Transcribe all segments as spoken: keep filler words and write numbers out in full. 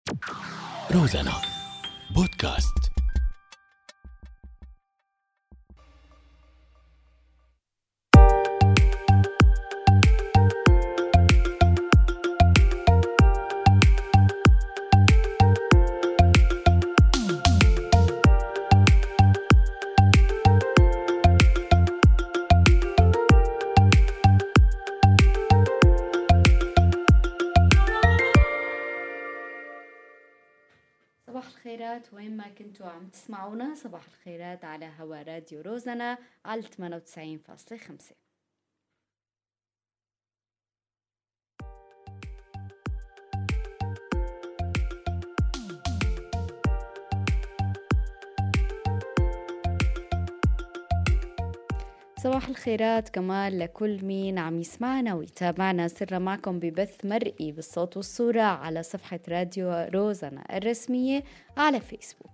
روزانا بودكاست. صباح الخيرات وين ما كنتوا عم تسمعونا. صباح الخيرات على هوا راديو روزانا على ثمانية وتسعين فاصلة خمسة. صباح الخيرات كمان لكل مين عم يسمعنا ويتابعنا. سرنا معكم ببث مرئي بالصوت والصورة على صفحة راديو روزانا الرسمية على فيسبوك.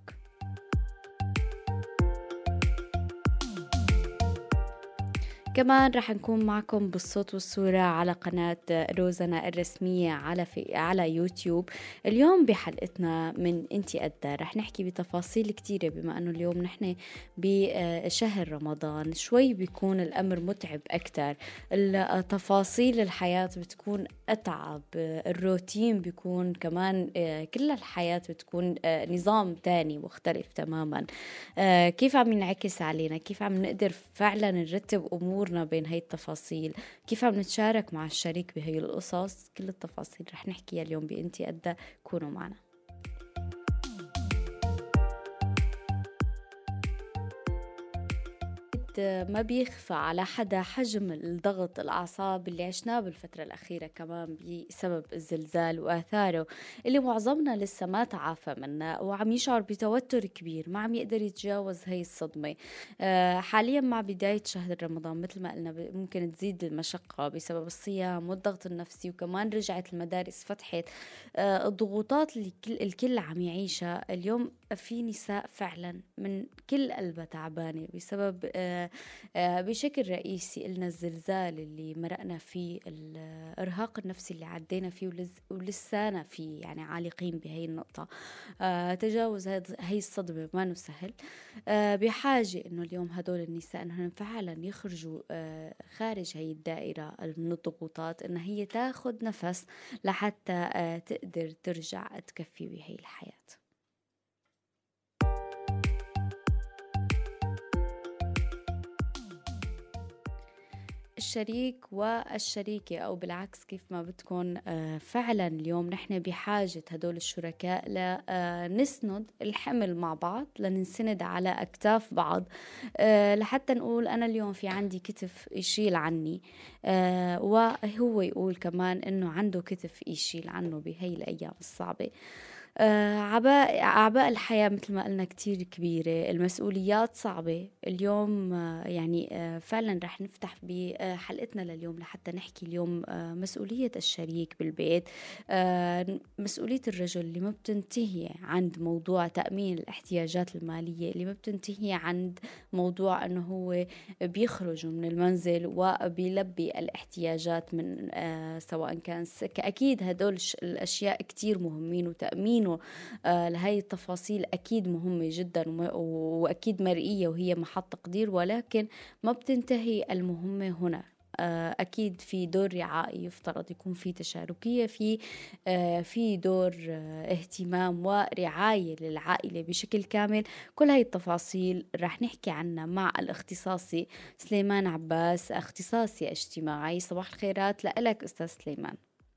كمان رح نكون معكم بالصوت والصورة على قناة روزانا الرسمية على في على يوتيوب. اليوم بحلقتنا من انتي قدها رح نحكي بتفاصيل كتيرة، بما انه اليوم نحن بشهر رمضان شوي بيكون الامر متعب اكتر، التفاصيل الحياة بتكون اتعب، الروتين بيكون كمان كل الحياة بتكون نظام تاني مختلف تماما. كيف عم ينعكس علينا؟ كيف عم نقدر فعلا نرتب امور بين هاي التفاصيل؟ كيف عم نتشارك مع الشريك بهاي القصص؟ كل التفاصيل رح نحكيها اليوم بإنتي قدها. كونوا معنا. ما بيخفى على حدا حجم الضغط الأعصاب اللي عشناه بالفترة الأخيرة كمان بسبب الزلزال وآثاره اللي معظمنا لسه ما تعافى منه وعم يشعر بتوتر كبير، ما عم يقدر يتجاوز هاي الصدمة. آه حاليا مع بداية شهر رمضان مثل ما قلنا ممكن تزيد المشقة بسبب الصيام والضغط النفسي، وكمان رجعت المدارس فتحت. آه الضغوطات اللي كل الكل عم يعيشها اليوم. في نساء فعلا من كل قلبها تعبانة بسبب آه بشكل رئيسي إلنا الزلزال اللي مرقنا فيه، الإرهاق النفسي اللي عدينا فيه ولسانا فيه، يعني عالقين بهاي النقطة. آه تجاوز هاي الصدمة ما نسهل. آه بحاجة إنه اليوم هدول النساء إنهم فعلا يخرجوا آه خارج هاي الدائرة من الضغوطات، إن هي تاخد نفس لحتى آه تقدر ترجع تكفي بهاي الحياة. الشريك والشريكة أو بالعكس كيف ما بتكون، فعلا اليوم نحن بحاجة هدول الشركاء لنسند الحمل مع بعض، لننسند على أكتاف بعض، لحتى نقول أنا اليوم في عندي كتف يشيل عني، وهو يقول كمان إنه عنده كتف يشيل عنه بهاي الأيام الصعبة. آه عباء أعباء الحياة مثل ما قلنا كتير كبيرة، المسؤوليات صعبة اليوم. آه يعني آه فعلا رح نفتح بحلقتنا لليوم لحتى نحكي اليوم آه مسؤولية الشريك بالبيت، آه مسؤولية الرجل اللي ما بتنتهي عند موضوع تأمين الاحتياجات المالية، اللي ما بتنتهي عند موضوع أنه هو بيخرج من المنزل وبيلبي الاحتياجات من آه سواء كان أكيد هدول الأشياء كتير مهمين، وتأمين آه لهي التفاصيل أكيد مهمة جدا وأكيد مرئية وهي محط تقدير، ولكن ما بتنتهي المهمة هنا. آه أكيد في دور رعائي يفترض يكون في تشاركية، في آه في دور آه اهتمام ورعاية للعائلة بشكل كامل. كل هاي التفاصيل رح نحكي عنها مع الاختصاصي سليمان عباس، اختصاصي اجتماعي. صباح الخيرات لك أستاذ سليمان.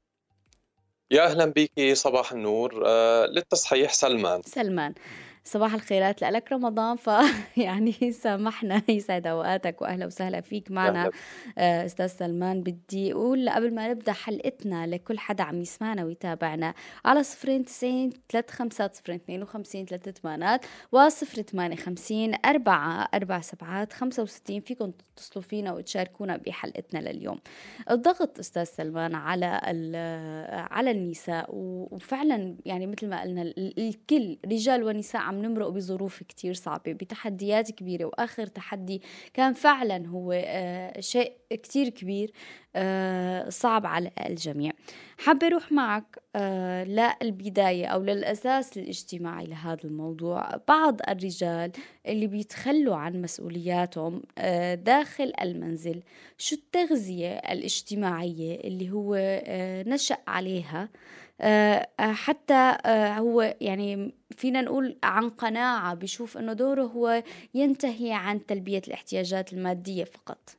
يا أهلا بيكي، صباح النور. آه للتصحيح سلمان. سلمان صباح الخيرات لك رمضان، فيعني سامحنا. يسعد اوقاتك واهلا وسهلا فيك معنا استاذ سلمان. بدي اقول قبل ما نبدا حلقتنا لكل حدا عم يسمعنا ويتابعنا على صفرين تسعين ثلاثة خمسات صفرين اثنين وخمسين ثلاثة ثمانات وصفر ثمانية خمسين أربعة أربعة سبعات خمسة وستين فيكم تتصلوا فينا وتشاركونا بحلقتنا لليوم. الضغط استاذ سلمان على على النساء، وفعلا يعني مثل ما قلنا الكل رجال ونساء عم عم نمرق بظروف كتير صعبة، بتحديات كبيرة، وآخر تحدي كان فعلا هو آه، شيء كتير كبير آه، صعب على الجميع. حابة أروح معك آه، للبداية أو للأساس الاجتماعي لهذا الموضوع. بعض الرجال اللي بيتخلوا عن مسؤولياتهم آه، داخل المنزل، شو التغذية الاجتماعية اللي هو آه، نشأ عليها آه، آه، حتى آه، هو يعني فينا نقول عن قناعة بيشوف أنه دوره هو ينتهي عن تلبية الاحتياجات المادية فقط.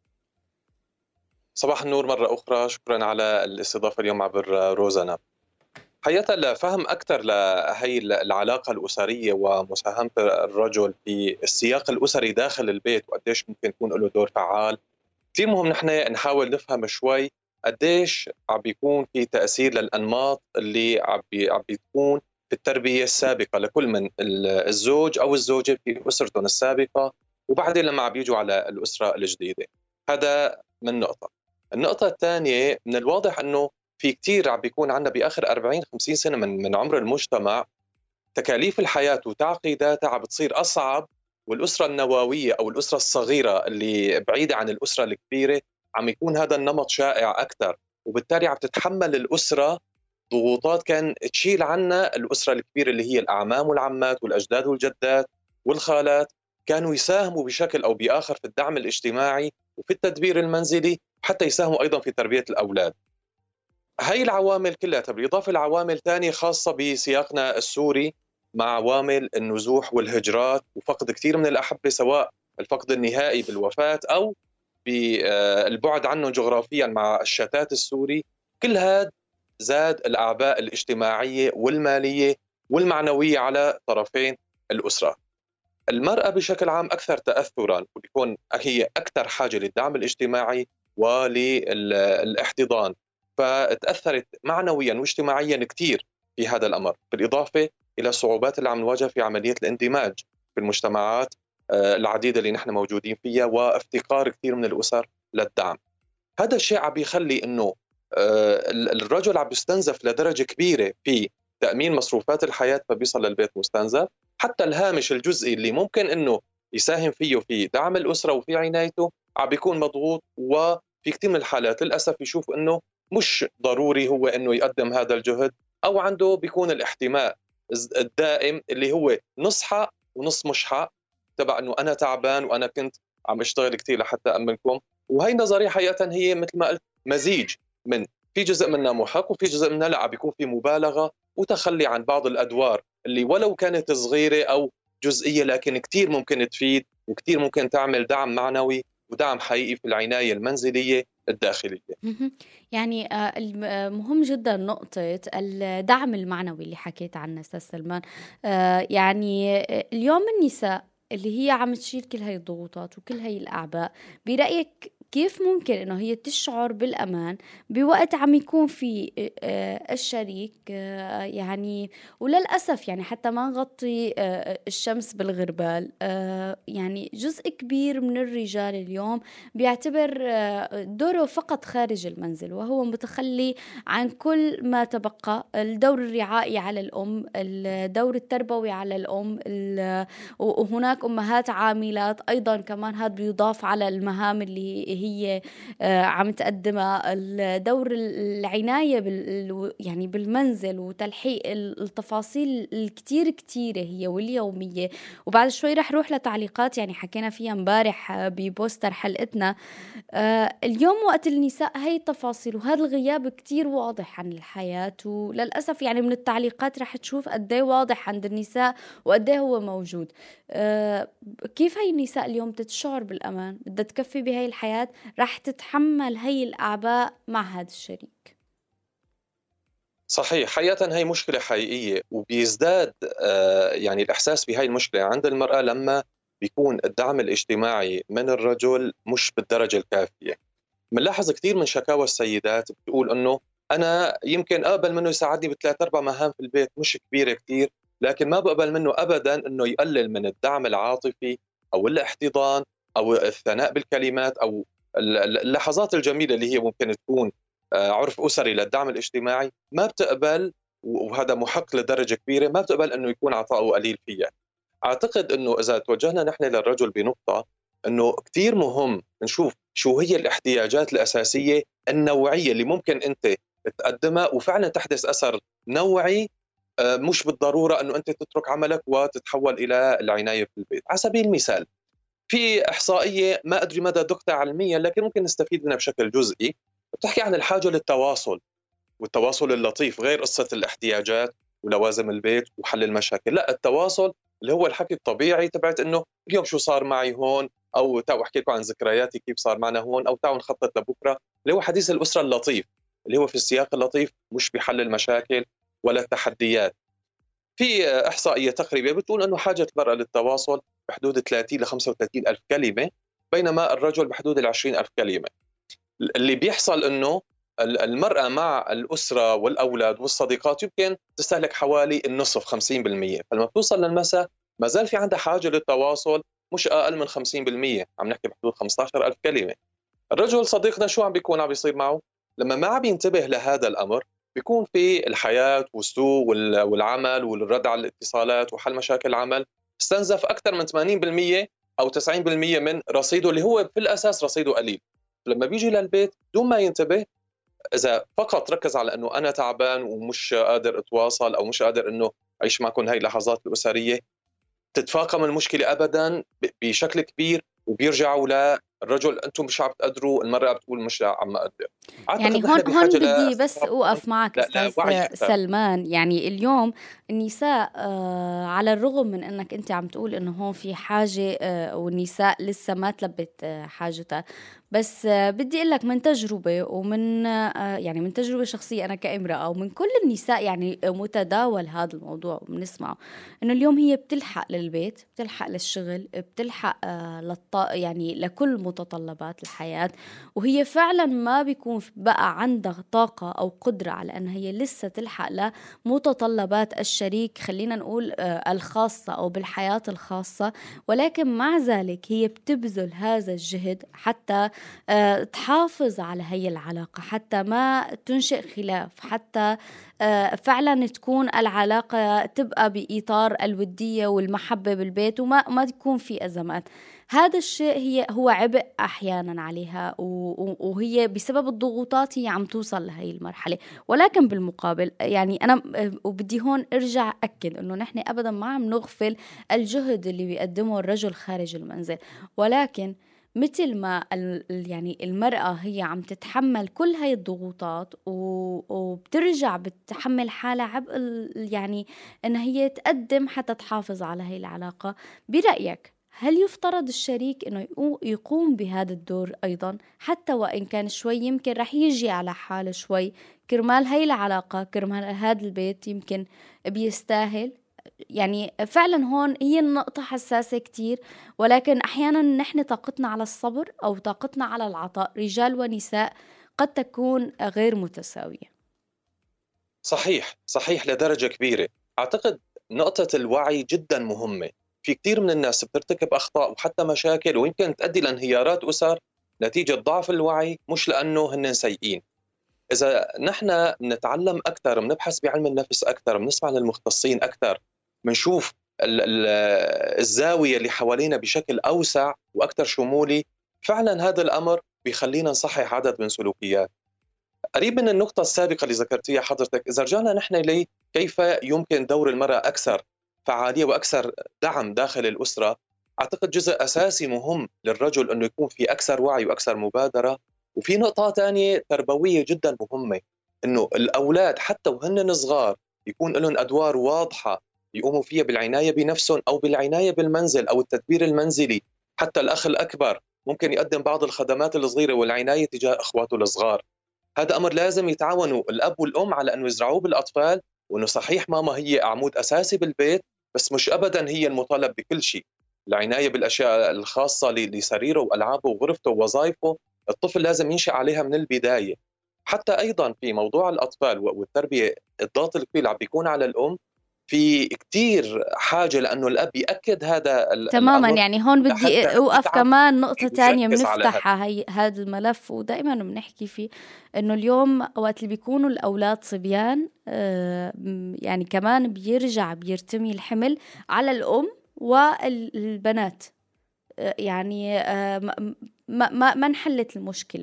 صباح النور مرة أخرى، شكرا على الاستضافة اليوم عبر روزانا. حقيقة لفهم أكثر لهي العلاقة الأسرية ومساهمة الرجل في السياق الأسري داخل البيت وقديش ممكن يكون له دور فعال، كثير مهم نحن نحاول نفهم شوي قديش عم بيكون في تأثير للأنماط اللي عم بي- عم بتكون في التربية السابقة لكل من ال- الزوج أو الزوجة في أسرتهم السابقة، وبعدين لما عم بيجوا على الأسرة الجديدة. هذا من نقطة. النقطة الثانية، من الواضح أنه في كتير عم بيكون عندنا بآخر أربعين خمسين سنة من من عمر المجتمع تكاليف الحياة وتعقيداتها عم بتصير أصعب، والأسرة النووية أو الأسرة الصغيرة اللي بعيدة عن الأسرة الكبيرة عم يكون هذا النمط شائع أكثر، وبالتالي عم تتحمل الأسرة ضغوطات كان تشيل عنا الأسرة الكبيرة اللي هي الأعمام والعمات والأجداد والجدات والخالات، كانوا يساهموا بشكل أو بآخر في الدعم الاجتماعي وفي التدبير المنزلي، حتى يساهموا أيضا في تربية الأولاد. هاي العوامل كلها، بالإضافة لعوامل ثانية خاصة بسياقنا السوري، مع عوامل النزوح والهجرات وفقد كثير من الأحبة، سواء الفقد النهائي بالوفاة أو بالبعد عنهم جغرافيا مع الشتات السوري، كل هذا زاد الأعباء الاجتماعية والمالية والمعنوية على طرفين الأسرة. المرأة بشكل عام أكثر تأثرا، وبيكون هي أكثر حاجة للدعم الاجتماعي وللاحتضان، فتأثرت معنويا واجتماعيا كثير في هذا الأمر، بالإضافة إلى الصعوبات اللي عم نواجه في عملية الاندماج في المجتمعات آه، العديدة اللي نحن موجودين فيها، وافتقار كثير من الأسر للدعم. هذا الشيء عم بيخلي إنه آه، الرجل عم بيستنزف لدرجة كبيرة في تأمين مصروفات الحياة، فبيصل للبيت مستنزف. حتى الهامش الجزئي اللي ممكن إنه يساهم فيه في دعم الأسرة وفي عنايته عم بيكون مضغوط، وفي كثير من الحالات للأسف يشوف إنه مش ضروري هو إنه يقدم هذا الجهد، أو عنده بيكون الاحتماء الدائم اللي هو نص حق ونص مش حق، تبع إنه أنا تعبان وأنا كنت عم اشتغل كثير لحتى أمنكم. وهي النظرية حقيقة هي مثل ما قلت مزيج من في جزء منها محق وفي جزء منها لا، عم بيكون في مبالغة وتخلي عن بعض الأدوار اللي ولو كانت صغيرة أو جزئية لكن كتير ممكن تفيد وكتير ممكن تعمل دعم معنوي ودعم حقيقي في العناية المنزلية الداخلية. مهم. يعني آه، الم- آه، مهم جدا نقطة الدعم المعنوي اللي حكيت عنه أستاذ سلمان. آه، يعني آه، اليوم النساء اللي هي عم تشيل كل هاي الضغوطات وكل هاي الأعباء، برأيك كيف ممكن إنه هي تشعر بالأمان بوقت عم يكون في آه، الشريك آه، يعني، وللأسف يعني حتى ما نغطي آه، الشمس بالغربال، آه، يعني جزء كبير من الرجال اليوم بيعتبر آه، دوره فقط خارج المنزل، وهو متخلي عن كل ما تبقى. الدور الرعائي على الأم، الدور التربوي على الأم، ال- وهناك أمهات عاملات أيضا كمان، هذا بيضاف على المهام اللي هي آه، عم تقدمها. الدور العناية بال يعني بالمنزل وتلحيق التفاصيل الكتير كتيرة هي واليومية. وبعد شوي رح روح لتعليقات يعني حكينا فيها مبارح آه، ببوستر حلقتنا. آه، اليوم وقت النساء هاي التفاصيل وهذا الغياب كتير واضح عن الحياة، وللأسف يعني من التعليقات رح تشوف قديه واضح عند النساء وقديه هو موجود. آه، كيف هاي النساء اليوم تتشعر بالأمان بدها تكفي بهاي الحياة، رح تتحمل هاي الأعباء مع هذا الشريك؟ صحيح، حقيقة هي مشكلة حقيقية، وبيزداد آه، يعني الإحساس بهاي المشكلة عند المرأة لما بيكون الدعم الاجتماعي من الرجل مش بالدرجة الكافية. بنلاحظ كثير من شكاوى السيدات بتقول انه انا يمكن اقبل منه يساعدني بثلاث اربع مهام في البيت مش كبيره كثير، لكن ما بقبل منه ابدا انه يقلل من الدعم العاطفي او الاحتضان او الثناء بالكلمات او اللحظات الجميله اللي هي ممكن تكون آه، عرف اسري للدعم الاجتماعي. ما بتقبل وهذا محق لدرجة كبيرة، ما بتقبل أنه يكون عطاؤه قليل فيها. أعتقد أنه إذا توجهنا نحن للرجل بنقطة أنه كثير مهم نشوف شو هي الاحتياجات الأساسية النوعية اللي ممكن أنت تقدمها وفعلا تحدث أثر نوعي، مش بالضرورة أنه أنت تترك عملك وتتحول إلى العناية في البيت. على سبيل المثال، في إحصائية ما أدري مدى دقتها علميا لكن ممكن نستفيد منها بشكل جزئي، بتحكي عن الحاجة للتواصل والتواصل اللطيف، غير قصة الاحتياجات ولوازم البيت وحل المشاكل. لا، التواصل اللي هو الحكي الطبيعي تبعت انه اليوم شو صار معي هون، او تعالوا احكي لكم عن ذكرياتي كيف صار معنا هون، او تعالوا نخطط لبكره، اللي هو حديث الاسره اللطيف اللي هو في السياق اللطيف، مش بحل المشاكل ولا التحديات. في احصائيه تقريبا بتقول انه حاجه المراه للتواصل بحدود ثلاثين ل خمسة وثلاثين الف كلمه، بينما الرجل بحدود ال عشرين الف كلمه. اللي بيحصل انه المرأة مع الأسرة والأولاد والصديقات يمكن تستهلك حوالي النصف خمسين بالمئة، فلما بتوصل للمساء ما زال في عندها حاجة للتواصل مش أقل من خمسين بالمئة، عم نحكي بحدود خمسة عشر ألف كلمة. الرجل صديقنا شو عم بيكون عم بيصير معه؟ لما ما عم ينتبه لهذا الأمر بيكون في الحياة والسوق والعمل والرد على الاتصالات وحل مشاكل العمل استنزف أكثر من ثمانين بالمئة أو تسعين بالمئة من رصيده اللي هو في الأساس رصيده قليل. لما بيجي للبيت دون ما ينتبه، إذا فقط ركز على أنه أنا تعبان ومش قادر أتواصل أو مش قادر أنه أعيش معكم هاي اللحظات الأسرية، تتفاقم المشكلة أبدا بشكل كبير وبيرجعوا للرجل أنتم مش عم تقدروا، المرأة بتقول مش عم أقدر. يعني هون هون بدي بس أوقف معك أستاذ سلمان. يعني اليوم النساء آه على الرغم من أنك أنت عم تقول أنه هون في حاجة آه والنساء لسه ما تلبت آه حاجتها، بس آه بدي أقول لك من تجربة ومن آه يعني من تجربة شخصية أنا كامرأة ومن كل النساء، يعني متداول هذا الموضوع وبنسمعه إنه اليوم هي بتلحق للبيت، بتلحق للشغل، بتلحق آه للط يعني لكل متطلبات الحياة، وهي فعلا ما بيكون بقى عندها طاقة أو قدرة على أن هي لسه تلحق لمتطلبات الشريك، خلينا نقول آه الخاصة أو بالحياة الخاصة. ولكن مع ذلك هي بتبذل هذا الجهد حتى آه تحافظ على هي العلاقة، حتى ما تنشئ خلاف، حتى آه فعلا تكون العلاقة تبقى بإطار الودية والمحبة بالبيت وما ما تكون في أزمات. هذا الشيء هي هو عبء أحيانا عليها، وهي بسبب الضغوطات هي عم توصل لهي المرحلة. ولكن بالمقابل يعني أنا وبدي هون أرجع أكد أنه نحن أبدا ما عم نغفل الجهد اللي بيقدمه الرجل خارج المنزل، ولكن مثل ما يعني المرأة هي عم تتحمل كل هاي الضغوطات وبترجع بتحمل حالها عبء يعني أن هي تقدم حتى تحافظ على هاي العلاقة. برأيك هل يفترض الشريك أنه يقوم بهذا الدور أيضا، حتى وإن كان شوي يمكن رح يجي على حاله شوي كرمال هاي العلاقة، كرمال هذا البيت يمكن بيستاهل؟ يعني فعلا هون هي النقطة حساسة كتير، ولكن أحيانا نحن طاقتنا على الصبر أو طاقتنا على العطاء رجال ونساء قد تكون غير متساوية. صحيح صحيح لدرجة كبيرة. أعتقد نقطة الوعي جدا مهمة. في كتير من الناس بترتكب أخطاء وحتى مشاكل ويمكن تؤدي لانهيارات أسر نتيجة ضعف الوعي، مش لأنه هن سيئين. إذا نحن بنتعلم أكثر، بنبحث بعلم النفس أكثر، بنسمع للمختصين أكثر، بنشوف الزاوية اللي حوالينا بشكل أوسع وأكثر شمولي، فعلا هذا الأمر بيخلينا نصحح عدد من سلوكيات. قريب من النقطة السابقة اللي ذكرتيها حضرتك، إذا رجعنا نحن لي كيف يمكن دور المرأة أكثر فعالية وأكثر دعم داخل الأسرة، أعتقد جزء أساسي مهم للرجل أنه يكون في أكثر وعي وأكثر مبادرة. وفي نقطة تانية تربوية جدا مهمة، أنه الأولاد حتى وهن صغار يكون لهم أدوار واضحة يقوموا فيها بالعناية بنفسهم أو بالعناية بالمنزل أو التدبير المنزلي. حتى الأخ الأكبر ممكن يقدم بعض الخدمات الصغيرة والعناية تجاه أخواته الصغار. هذا أمر لازم يتعاونوا الأب والأم على أنه يزرعوه بالأطفال، وأنه صحيح ماما هي عمود أساسي بالبيت بس مش أبدا هي المطالب بكل شيء. العناية بالأشياء الخاصة لسريره وألعابه وغرفته ووظائفه الطفل لازم ينشأ عليها من البداية. حتى أيضا في موضوع الأطفال والتربية الضغط الكبير عم بيكون على الأم، في كتير حاجة لأنه الأب يأكد هذا ال- تماما. الأمر يعني هون بدي لحتى أوقف يدعم كمان نقطة تانية ويركز على هذا. بنفتحها هي هذا الملف ودائما بنحكي فيه، إنه اليوم وقت اللي بيكونوا الأولاد صبيان آه، م- يعني كمان بيرجع بيرتمي الحمل على الأم والبنات. آه، يعني آه، ما ما ما ما انحلت المشكلة.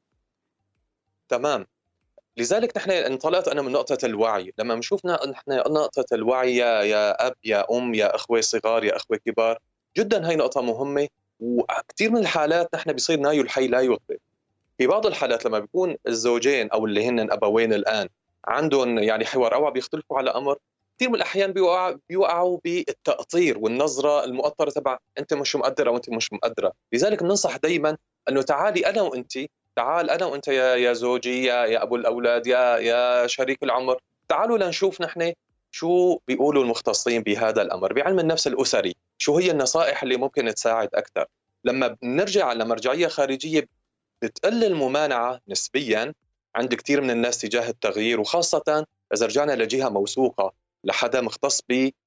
تمام. لذلك نحن انطلقت أنا من نقطة الوعي. لما بنشوفنا نحن نقطة الوعي يا يا أب يا أم يا أخوة صغار يا أخوة كبار، جدا هي نقطة مهمة. وكثير من الحالات نحن بيصير نايو الحي لا يطفئ. في بعض الحالات لما بيكون الزوجين أو اللي هن أبوين الآن عندهم يعني حوار أو بيختلفوا على أمر، كثير من الأحيان بيوقع بيوقعوا بالتقطير والنظرة المؤطرة تبع أنت مش مقدرة وأنت مش مقدرة. لذلك بننصح دايما أنه تعالي أنا وأنت، تعال أنا وأنت يا يا زوجي يا يا أبو الأولاد يا يا شريك العمر، تعالوا لنشوف نحن شو بيقولوا المختصين بهذا الأمر بعلم النفس الأسري، شو هي النصائح اللي ممكن تساعد أكثر. لما بنرجع لمرجعية خارجية بتقل الممانعة نسبياً عند كثير من الناس تجاه التغيير، وخاصة إذا رجعنا لجهة موثوقة لحدا مختص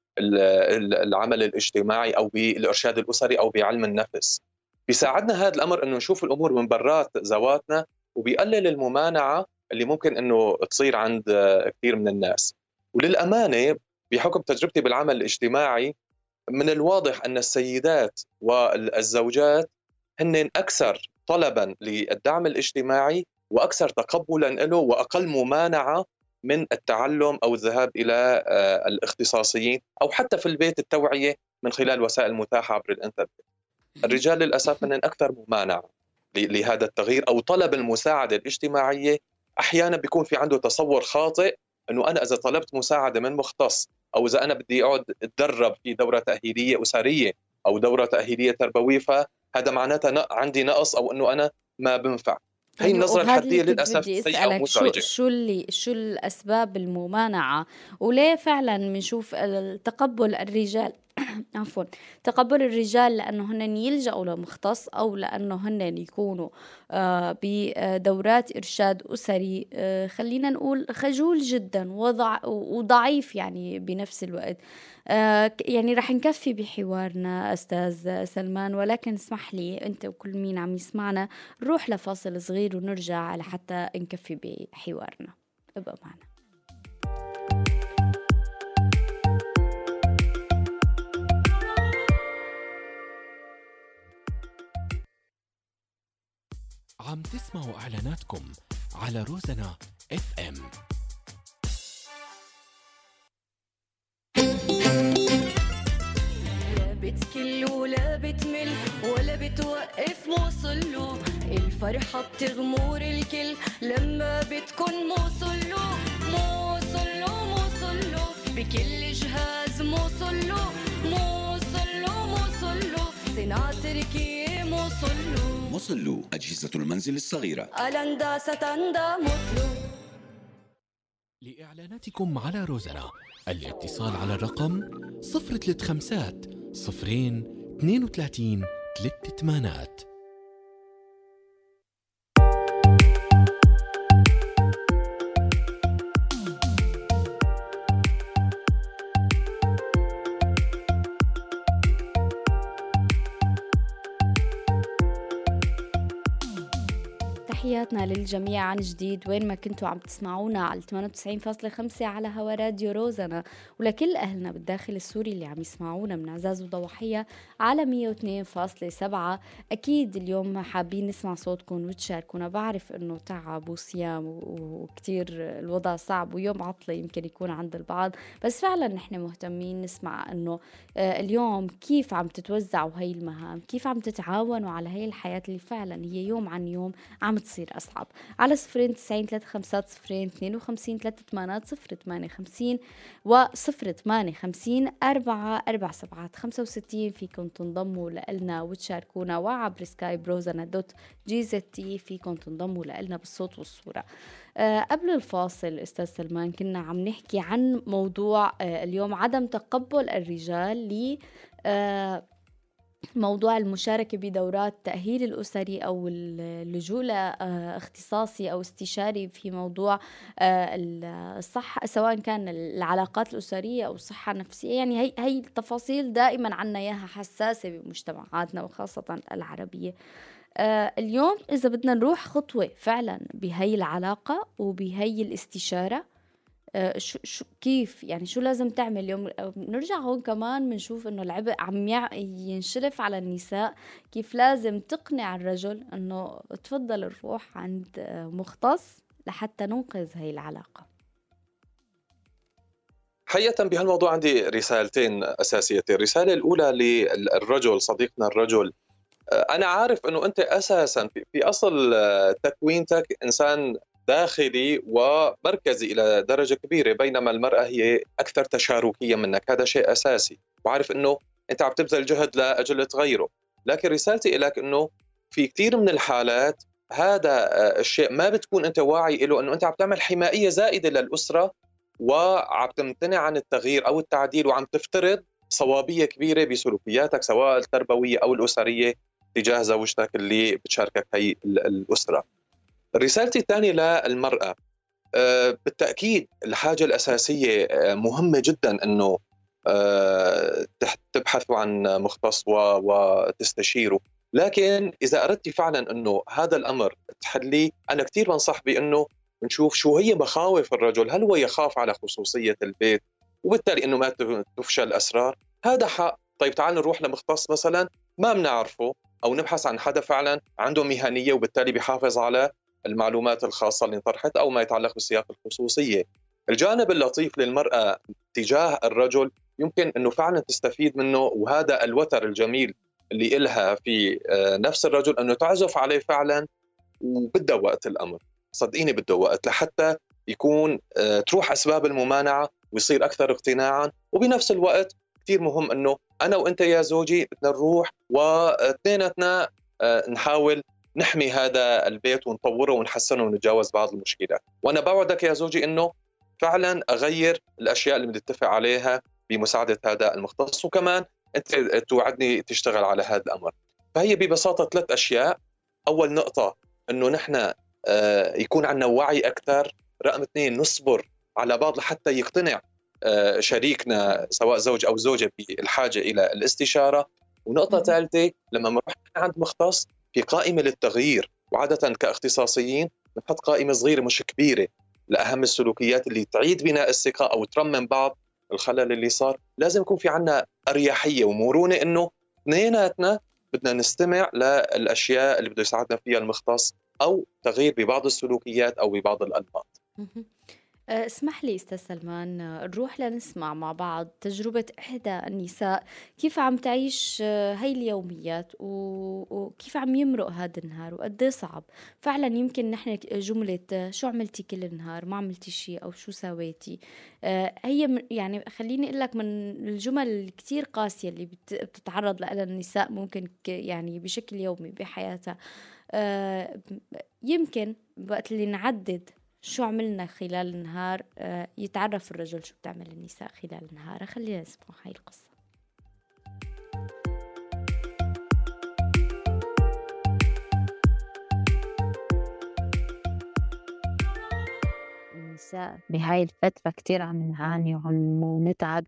بالعمل الاجتماعي أو بالإرشاد الأسري أو بعلم النفس. بيساعدنا هذا الأمر أنه نشوف الأمور من برات ذواتنا، وبيقلل الممانعة اللي ممكن أنه تصير عند كثير من الناس. وللأمانة بحكم تجربتي بالعمل الاجتماعي، من الواضح أن السيدات والزوجات هن أكثر طلباً للدعم الاجتماعي وأكثر تقبلاً له وأقل ممانعة من التعلم أو الذهاب إلى آه، الاختصاصيين أو حتى في البيت التوعية من خلال وسائل متاحة عبر الإنترنت. الرجال للأسف هن أكثر ممانعة ل- لهذا التغيير أو طلب المساعدة الاجتماعية. أحياناً بيكون في عنده تصور خاطئ أنه أنا إذا طلبت مساعدة من مختص أو إذا أنا بدي أقعد أتدرب في دورة تأهيلية أسرية أو دورة تأهيلية تربوية فهذا معناتها ن- عندي نقص أو أنه أنا ما بنفع. هي يعني النظرة وهذا اللي الحدية كنت للأسف بدي سيئة أسألك، شو ومزعجة. شو اللي شو الأسباب الممانعة، وليه فعلا بنشوف التقبل الرجال عفوا تقبل الرجال لأنه هن يلجأوا لمختص أو لأنه هن يكونوا آه بدورات إرشاد أسري آه خلينا نقول خجول جدا وضع وضعيف يعني بنفس الوقت. آه يعني رح نكفي بحوارنا أستاذ سلمان، ولكن اسمح لي أنت وكل مين عم يسمعنا نروح لفاصل صغير ونرجع لحتى نكفي بحوارنا. ابقى معنا. عم تسمعوا إعلاناتكم على روزنا اف ام. لا بتكل ولا بتمل ولا بتوقف موصله، الفرحة بتغمر الكل لما بتكون موصله موصله موصله بكل جهاز موصله موصله موصله صناعة تركية موصله موصلو أجهزة المنزل الصغيرة. ألندا ستندا موصله. لإعلاناتكم على روزنا الاتصال على الرقم صفر ثلاث خمسات صفرين اثنين وثلاثين ثلاث ثمانات. تحياتنا للجميع عن جديد وين ما كنتوا عم تسمعونا على ثمانية وتسعين فاصلة خمسة على هوا راديو روزنا، ولكل أهلنا بالداخل السوري اللي عم يسمعونا من عزاز وضوحية على مية واثنين فاصلة سبعة. أكيد اليوم حابين نسمع صوتكم وتشاركونا. بعرف إنه تعب وصيام وكتير الوضع صعب ويوم عطلة يمكن يكون عند البعض، بس فعلا نحن مهتمين نسمع إنه اليوم كيف عم تتوزعوا هاي المهام، كيف عم تتعاونوا على هاي الحياة اللي فعلا هي يوم عن يوم عم تصير أصعب. على صفرين تسعين ثلاثة خمسات صفرين اثنين وخمسين ثلاثة ثمانات صفر ثمانية خمسين وصفر ثمانية خمسين أربعة أربعة سبعات خمسة وستين فيكم تنضموا لنا وتشاركونا، وعبر سكايب روزنا دوت جي زد تي فيكم تنضموا لنا بالصوت والصورة. أه قبل الفاصل أستاذ سلمان كنا عم نحكي عن موضوع أه اليوم عدم تقبل الرجال ل أه موضوع المشاركة بدورات التأهيل الأسري أو اللجوء لاختصاصي أو استشاري في موضوع آه، الصحة، سواء كان العلاقات الأسرية أو الصحة النفسية. يعني هي هي التفاصيل دائما عنا إياها حساسة بمجتمعاتنا وخاصة العربية. آه، اليوم إذا بدنا نروح خطوة فعلا بهي العلاقة وبهي الاستشارة، آه، شو شو كيف يعني شو لازم تعمل اليوم؟ آه، بنرجع هون كمان بنشوف انه العبء عم يع- ينشرف على النساء. كيف لازم تقنع الرجل انه تفضل نروح عند آه، مختص لحتى ننقذ هاي العلاقة. حقيقة بهالموضوع عندي رسالتين أساسيتين. الرسالة الأولى للرجل، صديقنا الرجل، أنا عارف أنه أنت أساسا في في أصل آه، تكوينتك إنسان داخلي ومركزي إلى درجة كبيرة، بينما المرأة هي أكثر تشاركية منك. هذا شيء أساسي، وعارف أنه أنت عم تبذل جهد لأجل تغيره. لكن رسالتي لك أنه في كثير من الحالات هذا آه، الشيء ما بتكون أنت واعي له، أنه أنت عم تعمل حمائية زائدة للأسرة وعم تمتنع عن التغيير أو التعديل، وعم تفترض صوابية كبيرة بسلوكياتك سواء التربوية أو الأسرية تجاه زوجتك اللي بتشاركك هي الأسرة. رسالتي الثانية للمرأة، آه، بالتأكيد الحاجة الأساسية آه، مهمة جدا أنه آه، تبحثوا عن مختص وتستشيروا. لكن إذا أردت فعلا أنه هذا الأمر تحليه، أنا كثير بنصح بأنه نشوف شو هي مخاوف الرجل. هل هو يخاف على خصوصية البيت وبالتالي أنه ما تفشى الأسرار؟ هذا حق. طيب تعال نروح لمختص مثلا ما بنعرفه، أو نبحث عن حدا فعلا عنده مهنية وبالتالي بيحافظ على المعلومات الخاصة اللي انطرحت أو ما يتعلق بسياق الخصوصية. الجانب اللطيف للمرأة تجاه الرجل يمكن أنه فعلا تستفيد منه، وهذا الوتر الجميل اللي إلها في آه، نفس الرجل، أنه تعزف عليه فعلا. وبده وقت الأمر، صدقيني بده وقت لحتى يكون آه، تروح أسباب الممانعة ويصير أكثر اقتناعا. وبنفس الوقت كثير مهم أنه أنا وأنت يا زوجي بدنا نروح واثنيناتنا آه، نحاول نحمي هذا البيت ونطوره ونحسنه ونتجاوز بعض المشكلات. وأنا بوعدك يا زوجي أنه فعلا أغير الأشياء اللي بنتفق عليها بمساعدة هذا المختص، وكمان أنت توعدني تشتغل على هذا الأمر. فهي ببساطة ثلاث أشياء. أول نقطة أنه نحن آه، يكون عندنا وعي أكثر. رقم اثنين، نصبر على بعض لحتى يقتنع آه، شريكنا سواء زوج أو زوجة بالحاجة إلى الاستشارة. ونقطة ثالثة، لما نروح عند مختص في قائمة للتغيير، وعادة كاختصاصيين نحط قائمة صغيرة مش كبيرة لأهم السلوكيات اللي تعيد بناء الثقة أو ترمم بعض الخلل اللي صار. لازم يكون في عنا أريحية ومرونة أنه اثنيناتنا بدنا نستمع للأشياء اللي بده يساعدنا فيها المختص، أو تغيير ببعض السلوكيات أو ببعض الأنماط. مهم. أه، اسمح لي أستاذ سلمان، أه، نروح لنسمع مع بعض تجربة إحدى النساء كيف عم تعيش أه، هاي اليوميات و- وكيف عم يمرق هذا النهار وقد إيه صعب فعلا. يمكن نحن ك- جملة أه، شو عملتي كل النهار، ما عملتي شيء، أو شو سويتي. أه، هي من- يعني خليني أقول لك من الجمل الكتير قاسية اللي بت- بتتعرض لها النساء ممكن ك- يعني بشكل يومي بحياتها. أه، يمكن وقت اللي نعدد شو عملنا خلال النهار آه، يتعرف الرجل شو بتعمل النساء خلال النهار. خلينا نسمع هاي القصة. النساء بهاي الفترة كتير عم نعاني وعم نتعب.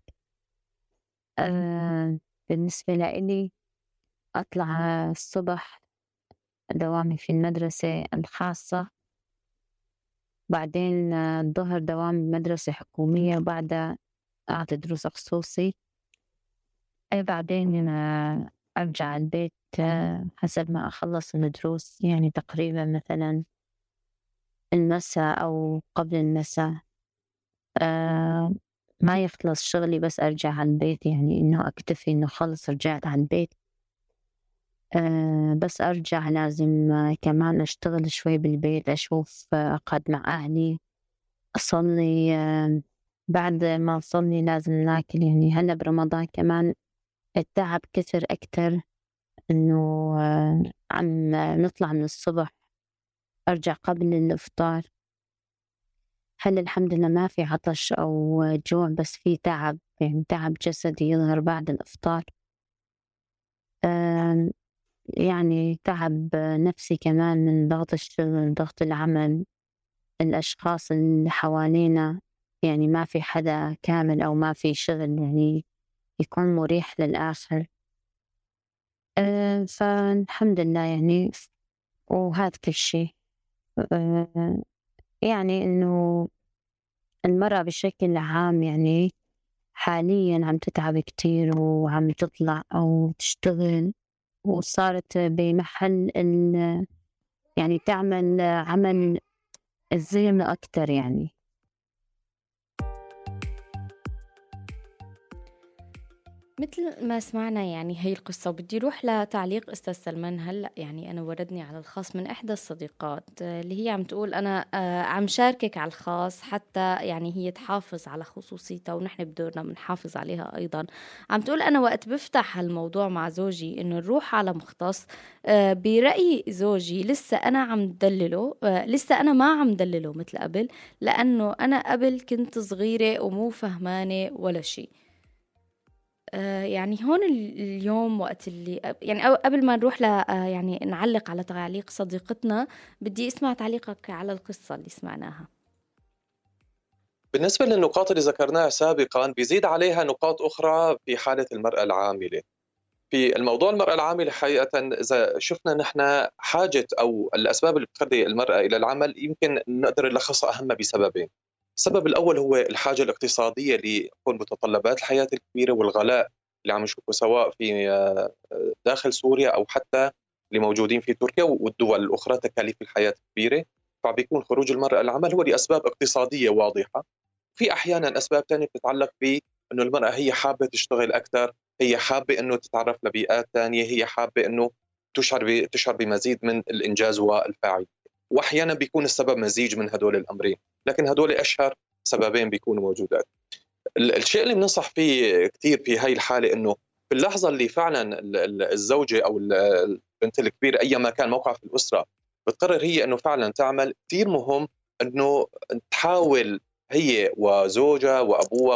آه بالنسبة لإلي أطلع الصبح دوامي في المدرسة الخاصة، بعدين آه، الظهر دوامي بمدرسة حكومية، بعدها أعطي دروس خصوصي. أي بعدين آه، أرجع البيت آه، حسب ما أخلص الدروس، يعني تقريبا مثلا المساء أو قبل المساء. آه ما يخلص شغلي بس أرجع على البيت، يعني إنه أكتفي إنه خلص رجعت على البيت. آه بس أرجع لازم آه كمان أشتغل شوي بالبيت، أشوف آه أقعد مع أهلي، أصلي. آه بعد ما أصلي لازم ناكل. يعني هلا برمضان كمان التعب كثر أكتر، إنه آه عم نطلع من الصبح، أرجع قبل الإفطار. هلا الحمد لله ما في عطش أو جوع، بس في تعب، يعني تعب جسدي يظهر بعد الإفطار. آه يعني تعب نفسي كمان من ضغط الشغل، ضغط العمل، الأشخاص اللي حوالينا، يعني ما في حدا كامل أو ما في شغل يعني يكون مريح للآخر. أه فالحمد لله يعني، وهذا كل شيء. أه يعني إنه المرأة بشكل عام يعني حاليا عم تتعب كتير وعم تطلع أو تشتغل، وصارت بمحل ال يعني تعمل عمل الزين أكتر يعني. مثل ما سمعنا يعني هي القصة، بدي روح لتعليق أستاذ سلمان. هلأ يعني أنا وردني على الخاص من إحدى الصديقات آه، اللي هي عم تقول أنا آه، عم شاركك على الخاص حتى يعني هي تحافظ على خصوصيتها، ونحن بدورنا بنحافظ عليها أيضا. عم تقول أنا وقت بفتح هالموضوع مع زوجي إنه نروح على مختص، آه، برأي زوجي لسه أنا عم دلله، آه، لسه أنا ما عم دلله مثل قبل، لأنه أنا قبل كنت صغيرة ومو فهمانة ولا شيء. آه، يعني هون ال- اليوم وقت اللي يعني أو قبل ما نروح ل آه، يعني نعلق على تعليق صديقتنا، بدي اسمع تعليقك على القصة اللي سمعناها. بالنسبة للنقاط اللي ذكرناها سابقا، بيزيد عليها نقاط أخرى في حالة المرأة العاملة. في الموضوع المرأة العاملة حقيقة إذا شفنا نحن حاجة أو الأسباب اللي بتخلي المرأة إلى العمل، يمكن نقدر نلخصها أهم بسببين. السبب الأول هو الحاجة الاقتصادية لكل متطلبات الحياة الكبيرة والغلاء اللي عم نشوفه سواء في آه، داخل سوريا أو حتى اللي موجودين في تركيا والدول الأخرى، تكاليف الحياة كبيرة، فبيكون خروج المرأة العمل هو لأسباب اقتصادية واضحة. في أحيانا أسباب ثانية بتتعلق بأنه المرأة هي حابة تشتغل أكثر، هي حابة أنه تتعرف لبيئات ثانية، هي حابة أنه تشعر تشعر بمزيد من الإنجاز والفاعلية. وأحيانا بيكون السبب مزيج من هدول الأمرين، لكن هدول أشهر سببين بيكونوا موجودات. الشيء اللي بننصح فيه كثير في هاي الحالة أنه في اللحظة اللي فعلا الزوجة أو البنت الكبيرة أي ما كان موقع في الأسرة بتقرر هي أنه فعلا تعمل، كثير مهم أنه تحاول هي وزوجها وأبوها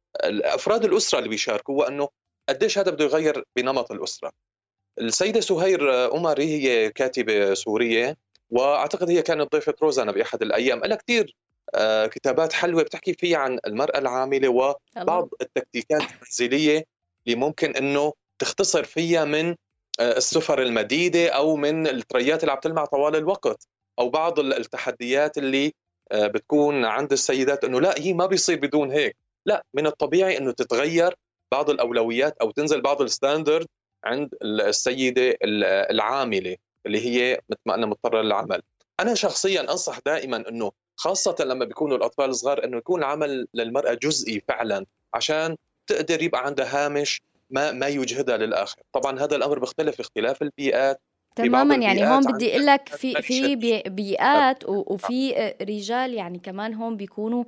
وأفراد الأسرة اللي بيشاركوا وأنه قديش هذا بده يغير بنمط الأسرة. السيدة سهير أمري هي كاتبة سورية، وأعتقد هي كانت ضيفة روزانا بأحد الأيام، لها كتير آه، كتابات حلوة بتحكي فيها عن المرأة العاملة وبعض التكتيكات المنزلية اللي ممكن أنه تختصر فيها من آه، السفر المديدة أو من التريات اللي عم تلمع طوال الوقت، أو بعض التحديات اللي آه، بتكون عند السيدات أنه لا هي ما بيصير بدون هيك، لا من الطبيعي أنه تتغير بعض الأولويات أو تنزل بعض الستاندرد عند السيدة العاملة اللي هي مثل ما أنا مضطرة للعمل. أنا شخصيا أنصح دائما أنه خاصة لما بيكونوا الأطفال صغار أنه يكون العمل للمرأة جزئي فعلا عشان تقدر يبقى عندها هامش ما ما يجهدها للآخر. طبعا هذا الأمر بيختلف اختلاف البيئات. تماما، يعني هون بدي اقول لك في في بيئات وفي رجال يعني كمان هون بيكونوا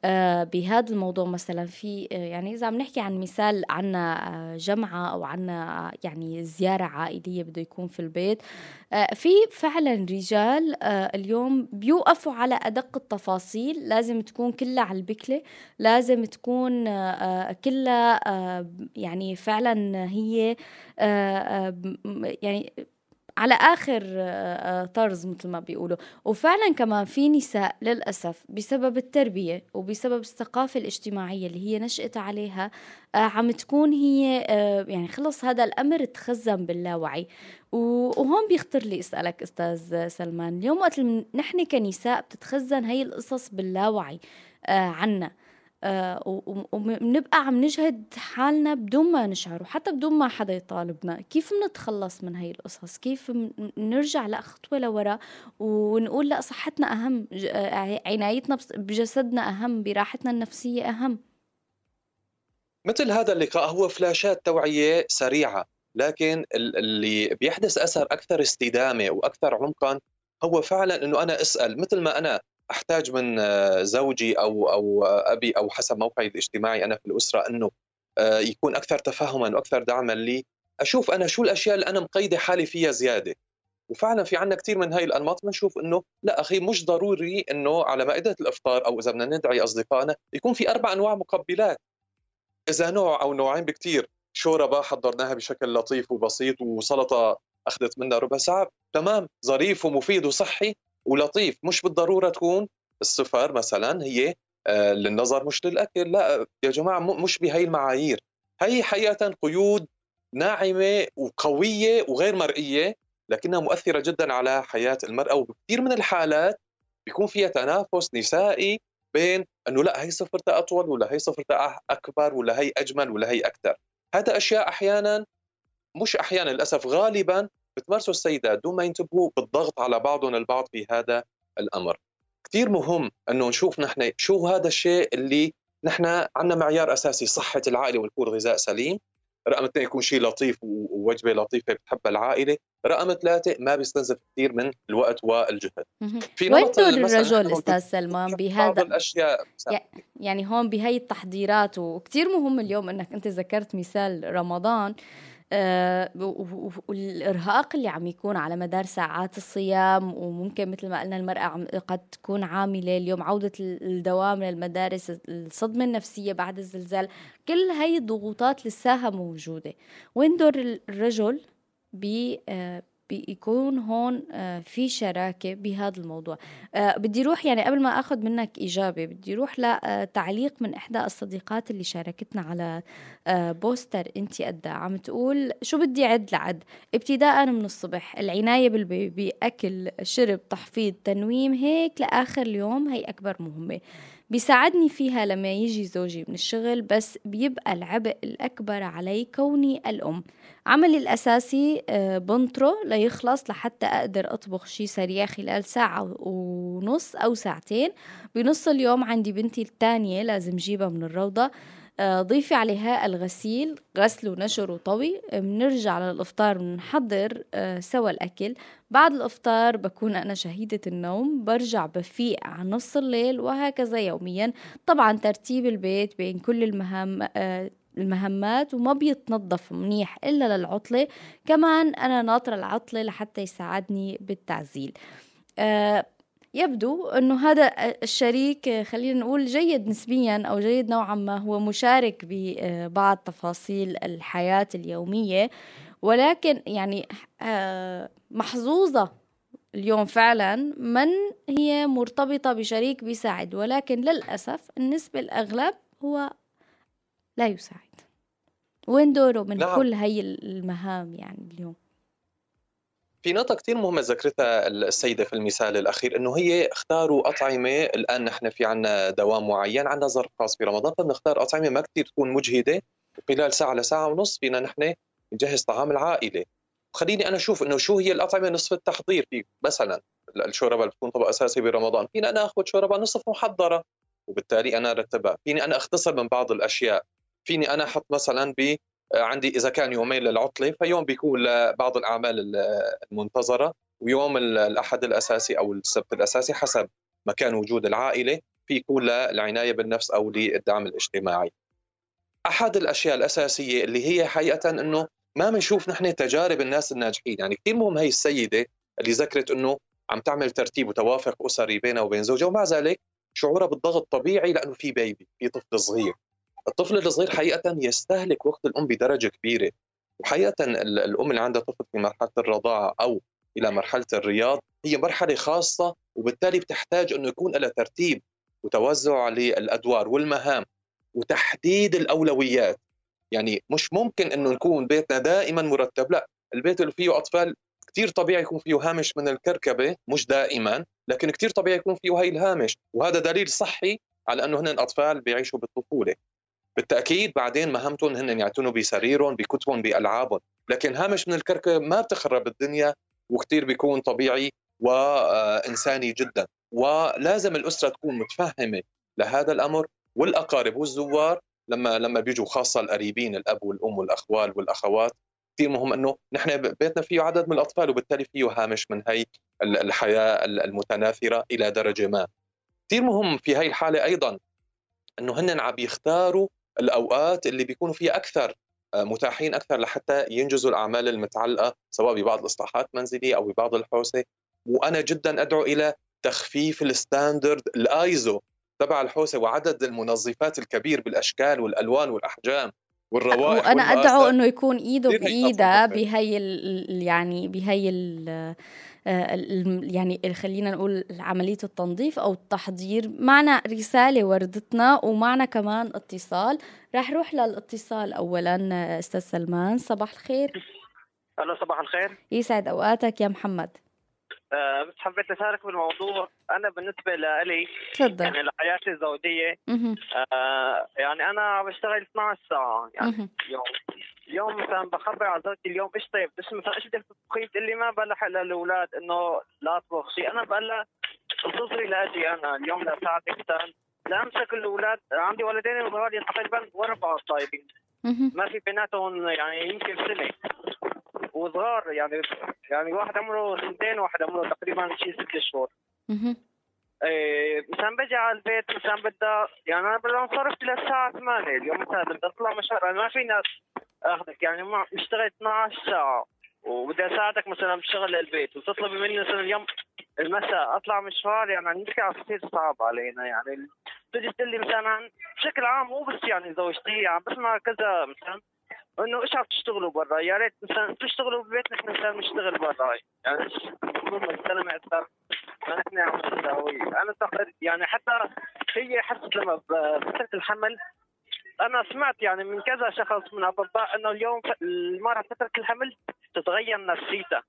بهذا الموضوع. مثلا في يعني اذا عم نحكي عن مثال عنا جمعة او عنا يعني زيارة عائلية بده يكون في البيت، في فعلا رجال اليوم بيوقفوا على أدق التفاصيل، لازم تكون كلها على البكلة، لازم تكون كلها يعني فعلا هي يعني على آخر طرز مثل ما بيقولوا. وفعلا كمان في نساء للأسف بسبب التربية وبسبب الثقافة الاجتماعية اللي هي نشأت عليها عم تكون هي يعني خلص هذا الأمر تخزن باللاوعي. وهون بيخطر لي أسألك أستاذ سلمان، اليوم وقت نحن كنساء بتتخزن هاي القصص باللاوعي عنا، وبنبقى عم نجهد حالنا بدون ما نشعر وحتى بدون ما حدا يطالبنا. كيف نتخلص من هاي القصص؟ كيف نرجع لخطوة لورا ونقول لا صحتنا أهم، عنايتنا بجسدنا أهم، براحتنا النفسية أهم؟ مثل هذا اللقاء هو فلاشات توعية سريعة، لكن اللي بيحدث أثر أكثر استدامة وأكثر عمقا هو فعلا أنه أنا أسأل، مثل ما أنا أحتاج من زوجي أو أو أبي أو حسب موقعي الاجتماعي أنا في الأسرة أنه يكون أكثر تفهما وأكثر دعما لي، أشوف أنا شو الأشياء اللي أنا مقيدة حالي فيها زيادة. وفعلا في عنا كثير من هاي الأنماط بنشوف أنه لا أخي مش ضروري أنه على مائدة الإفطار أو إذا بدنا ندعي أصدقائنا يكون في أربع أنواع مقبلات. إذا نوع أو نوعين بكتير، شوربه حضرناها بشكل لطيف وبسيط، وسلطه اخذت منها ربع ساعه، تمام، ظريف ومفيد وصحي ولطيف. مش بالضروره تكون الصفر مثلا هي آه، للنظر مش للاكل، لا يا جماعه، م- مش بهي المعايير. هي حقيقه قيود ناعمه وقويه وغير مرئيه، لكنها مؤثره جدا على حياه المراه، وبكثير من الحالات بيكون فيها تنافس نسائي بين انه لا هي صفرتها اطول، ولا هي صفرتها أح- اكبر، ولا هي اجمل، ولا هي اكثر. هذا اشياء احيانا، مش احيانا، للاسف غالبا بتمارسوا السيدات دون ما ينتبهوا بالضغط على بعضهم البعض في هذا الامر. كثير مهم انه نشوف نحن شو هذا الشيء اللي نحن عندنا معيار اساسي: صحه العائله والكل غذاء سليم. رقم اثنين، يكون شيء لطيف ووجبه لطيفه بتحبها العائله. رقم ثلاثه، ما بيستنزف كثير من الوقت والجهد. مهم. في وين نمط دور مثلا الرجل نحن هون استاذ سلمان بنذكر بعض بهذا؟ الاشياء. يع- يعني هون بهي التحضيرات، وكتير مهم اليوم انك انت ذكرت مثال رمضان، آه، و- و- والإرهاق اللي عم يكون على مدار ساعات الصيام، وممكن مثل ما قلنا المرأة عم قد تكون عاملة اليوم، عودة ال- الدوام للمدارس، الصدمة النفسية بعد الزلزال، كل هاي الضغوطات لساها موجودة. وين دور ال- الرجل بي آه، بيكون هون آه، في شراكة بهذا الموضوع؟ آه، بدي روح يعني قبل ما أخذ منك إجابة، بدي روح لتعليق من إحدى الصديقات اللي شاركتنا على آه، بوستر انتي قدها. عم تقول: شو بدي عد لعد، ابتداء من الصبح العناية بالبيبي، أكل شرب تحفيظ تنويم، هيك لآخر اليوم. هي أكبر مهمة بيساعدني فيها لما يجي زوجي من الشغل، بس بيبقى العبء الأكبر علي كوني الأم. عملي الأساسي آه، بنطره ليخلص لحتى أقدر أطبخ شي سريع خلال ساعة ونص أو ساعتين. بنص اليوم عندي بنتي الثانية لازم جيبها من الروضة، آه، ضيفي عليها الغسيل، غسل ونشر وطوي. بنرجع للإفطار بنحضر آه، سوا الأكل. بعد الإفطار بكون أنا شهيدة النوم، برجع بفيق على نص الليل، وهكذا يوميا. طبعا ترتيب البيت بين كل المهام آه، المهمات، وما بيتنظف منيح إلا للعطلة. كمان أنا ناطرة العطلة لحتى يساعدني بالتعزيل. آه، يبدو أنه هذا الشريك، خلينا نقول جيد نسبيا أو جيد نوعا ما، هو مشارك ببعض تفاصيل الحياة اليومية، ولكن يعني آه، محظوظة اليوم فعلا من هي مرتبطة بشريك بيساعد، ولكن للأسف النسبة الأغلب هو لا يساعد. وين دوره من نعم، كل هاي المهام يعني اليوم؟ في نقطة كتير مهمة ذكرتها السيدة في المثال الأخير، إنه هي اختاروا أطعمة. الآن نحن في عنا دوام معين، عنا ظرف خاص في رمضان، فبنختار أطعمة ما كتير تكون مجهدة، وخلال ساعة لساعة ونص فينا نحن نجهز طعام العائلة. خليني أنا أشوف إنه شو هي الأطعمة نصف التحضير. في مثلا الشوربة اللي بتكون طبق أساسي برمضان، فينا أنا أخذ شوربة نصف محضرة، وبالتالي أنا رتبها. فيني أنا أختصر من بعض الأشياء. فيني أنا أحط مثلا ب عندي إذا كان يومين للعطلة، فيوم بيكون لبعض الأعمال المنتظرة، ويوم الأحد الأساسي أو السبت الأساسي حسب مكان وجود العائلة، في يكون للعناية بالنفس أو للدعم الاجتماعي. أحد الأشياء الأساسية اللي هي حقيقة أنه ما بنشوف نحن تجارب الناس الناجحين. يعني كثير مهم هي السيدة اللي ذكرت أنه عم تعمل ترتيب وتوافق أسري بينها وبين زوجها، ومع ذلك شعورها بالضغط طبيعي لأنه في بيبي، في طفل صغير. الطفل الصغير حقيقة يستهلك وقت الأم بدرجة كبيرة. وحقيقة الأم اللي عندها طفل في مرحلة الرضاعة أو إلى مرحلة الرياض هي مرحلة خاصة، وبالتالي بتحتاج أنه يكون لها ترتيب وتوزع للأدوار والمهام وتحديد الأولويات. يعني مش ممكن أنه نكون بيتنا دائما مرتب، لا، البيت اللي فيه أطفال كتير طبيعي يكون فيه هامش من الكركبة، مش دائما، لكن كتير طبيعي يكون فيه هاي الهامش، وهذا دليل صحي على أنه هن الأطفال بيعيشوا بالطفولة. بالتأكيد بعدين مهمتهم هن يعتنوا بسريرهم، بكتبهم، بألعابهم، لكن هامش من الكركبة ما بتخرب الدنيا، وكتير بيكون طبيعي وإنساني جدا. ولازم الأسرة تكون متفهمة لهذا الأمر، والأقارب والزوار لما لما بيجوا، خاصة القريبين، الأب والأم والأخوال والأخوات. كثير مهم أنه نحن بيتنا فيه عدد من الأطفال، وبالتالي فيه هامش من هي الحياة المتناثرة إلى درجة ما. كثير مهم في هاي الحالة أيضا أنه هن عم يختاروا الأوقات اللي بيكونوا فيها أكثر متاحين أكثر لحتى ينجزوا الأعمال المتعلقة سواء ببعض الإصلاحات المنزلية أو ببعض الحوسة. وأنا جدا أدعو إلى تخفيف الستاندرد الآيزو تبع الحوسة وعدد المنظفات الكبير بالأشكال والألوان والأحجام. والروائح وأنا أدعو والمآسي إنه يكون إيده كثير هي بإيدها خاصة. بهي ال يعني بهي ال آه، ال- يعني ال- خلينا نقول عملية التنظيف أو التحضير. معنا رسالة وردتنا ومعنا كمان اتصال. راح روح للاتصال أولا. آه، أستاذ سلمان، صباح الخير. ألو، صباح الخير. يسعد أوقاتك يا محمد. أه بس حبيت أشارك بالموضوع. أنا بالنسبة لي تفضل. يعني لحياتي الزوجية، مهم. أه يعني أنا بشتغل اثنعش ساعة يعني مهم. يوم. اليوم مثلا بخبر على زوجتي اليوم ايش طيب، بس مثلا ايش بدك تطبخي، تقول لي ما بلح للاولاد انه لا اطبخ شيء. انا بقول لها انتظري لاجي انا اليوم لاساعدك مثلا لامسك الاولاد. عندي ولدين صغار تقريبا ورا بعض طيبين، مهم. ما في بيناتهم يعني يمكن سنه وصغار، يعني يعني واحد عمره سنتين وواحد عمره تقريبا شيء ست شهور. مهم. إيه مثلا بجي على البيت مثلا بدها يعني انا بدي انصرف للساعه ثمانية اليوم مثلا بدي اطلع مشوار، انا ما فينا اخذك يعني ما بشتغل اثنعش ساعه وبدي اساعدك مثلا بشغل البيت وتطلبي مني مثلا اليوم المساء اطلع مشوار، يعني عم نحكي على كثير صعب علينا. يعني تجي تقول لي مثلا بشكل عام مو بس يعني زوجتي، عم بسمع كذا مثلا انه ايش عم تشتغلوا برا، يا ريت مثلا تشتغلوا بالبيت نحن مثلا نشتغل برا، يعني ايش المفروض الزلمه اكثر ما نحن عم نسوي. انا تقريبا يعني حتى هي حست لما بفتره الحمل انا سمعت يعني من كذا شخص من اطباء انه اليوم المراه فتره الحمل تتغير نفسيتها،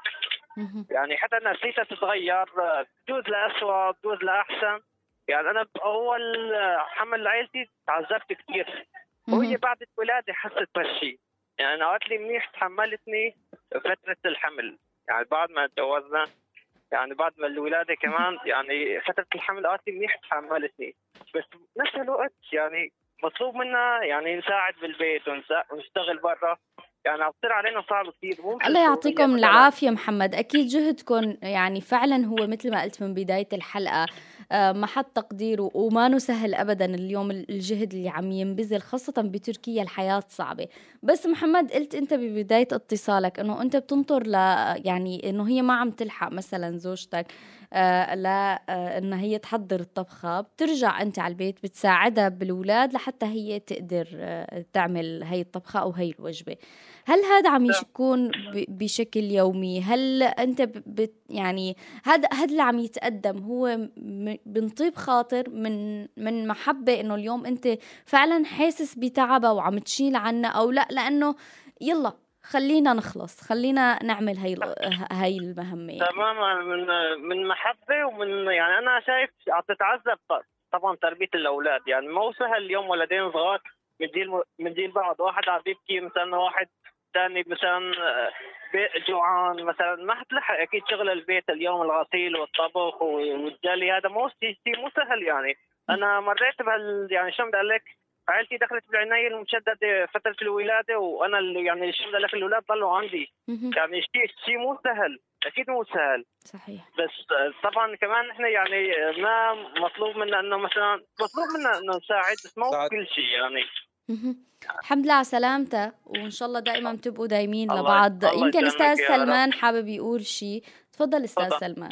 مهم. يعني حتى نفسيتها تتغير، تجوز لأسوأ تجوز لأحسن. يعني أنا بأول حمل عائلتي تعذبت كثير، وهي مهم. بعد الولادة حست بهالشيء. يعني أنا قالت لي منيح تحملتني فترة الحمل، يعني بعد ما تجوزنا يعني بعد ما الولادة كمان يعني فترة الحمل قالت لي منيح تحملتني، بس بنفس الوقت يعني مطلوب منا يعني نساعد بالبيت ونسا- ونشتغل برا، يعني عم تصير علينا صعب كثير. مو مثل الله سوريا يعطيكم مثلاً. العافية محمد. أكيد جهدكم يعني فعلا هو مثل ما قلت من بداية الحلقة آه، محط تقدير، و- وما سهل أبدا اليوم الجهد اللي عم ينبذل، خاصة بتركيا الحياة صعبة. بس محمد قلت أنت ببداية اتصالك أنه أنت بتنطر ل يعني أنه هي ما عم تلحق مثلا زوجتك آه، لا آه، أنها هي تحضر الطبخة، بترجع أنت على البيت بتساعدها بالأولاد لحتى هي تقدر آه، تعمل هي الطبخة أو هي الوجبة. هل هذا عم يكون ب- بشكل يومي؟ هل أنت ب- بت يعني هذا هذا اللي عم يتقدم هو م- من طيب خاطر، من من محبة إنه اليوم أنت فعلا حاسس بتعبها وعم تشيل عنها، أو لا لأنه يلا خلينا نخلص خلينا نعمل هاي ال- هاي المهمة يعني. تماما من من محبه ومن يعني انا شايف عم تتعذب ط- طبعا تربيه الاولاد، يعني مو سهل اليوم ولدين صغار من جيل من جيل بعض، واحد عم يبكي مثلا واحد ثاني مثلا آه، بي- جوعان مثلا ما حتلحق اكيد شغل البيت اليوم الغسيل والطبخ والجلي، هذا مو شيء شيء مو سهل. يعني انا مريت بهال يعني شو بدي اقول لك، عائلتي دخلت بالعنايه المشدده فتره الولاده، وانا اللي يعني شو بدي اقول لك الاولاد ضلوا عندي، مهم. يعني شيء شيء مو سهل اكيد مو سهل. صحيح. بس آه، طبعا كمان احنا يعني ما مطلوب منا انه مثلا مطلوب منا انه نساعد، بس مو ساعد. كل شيء يعني. مهم. الحمد لله على سلامتها، وإن شاء الله دائما تبقوا دايمين الله لبعض. الله يمكن يسلمك أستاذ يا رب. سلمان حابب يقول شيء. تفضل أستاذ تفضل. سلمان.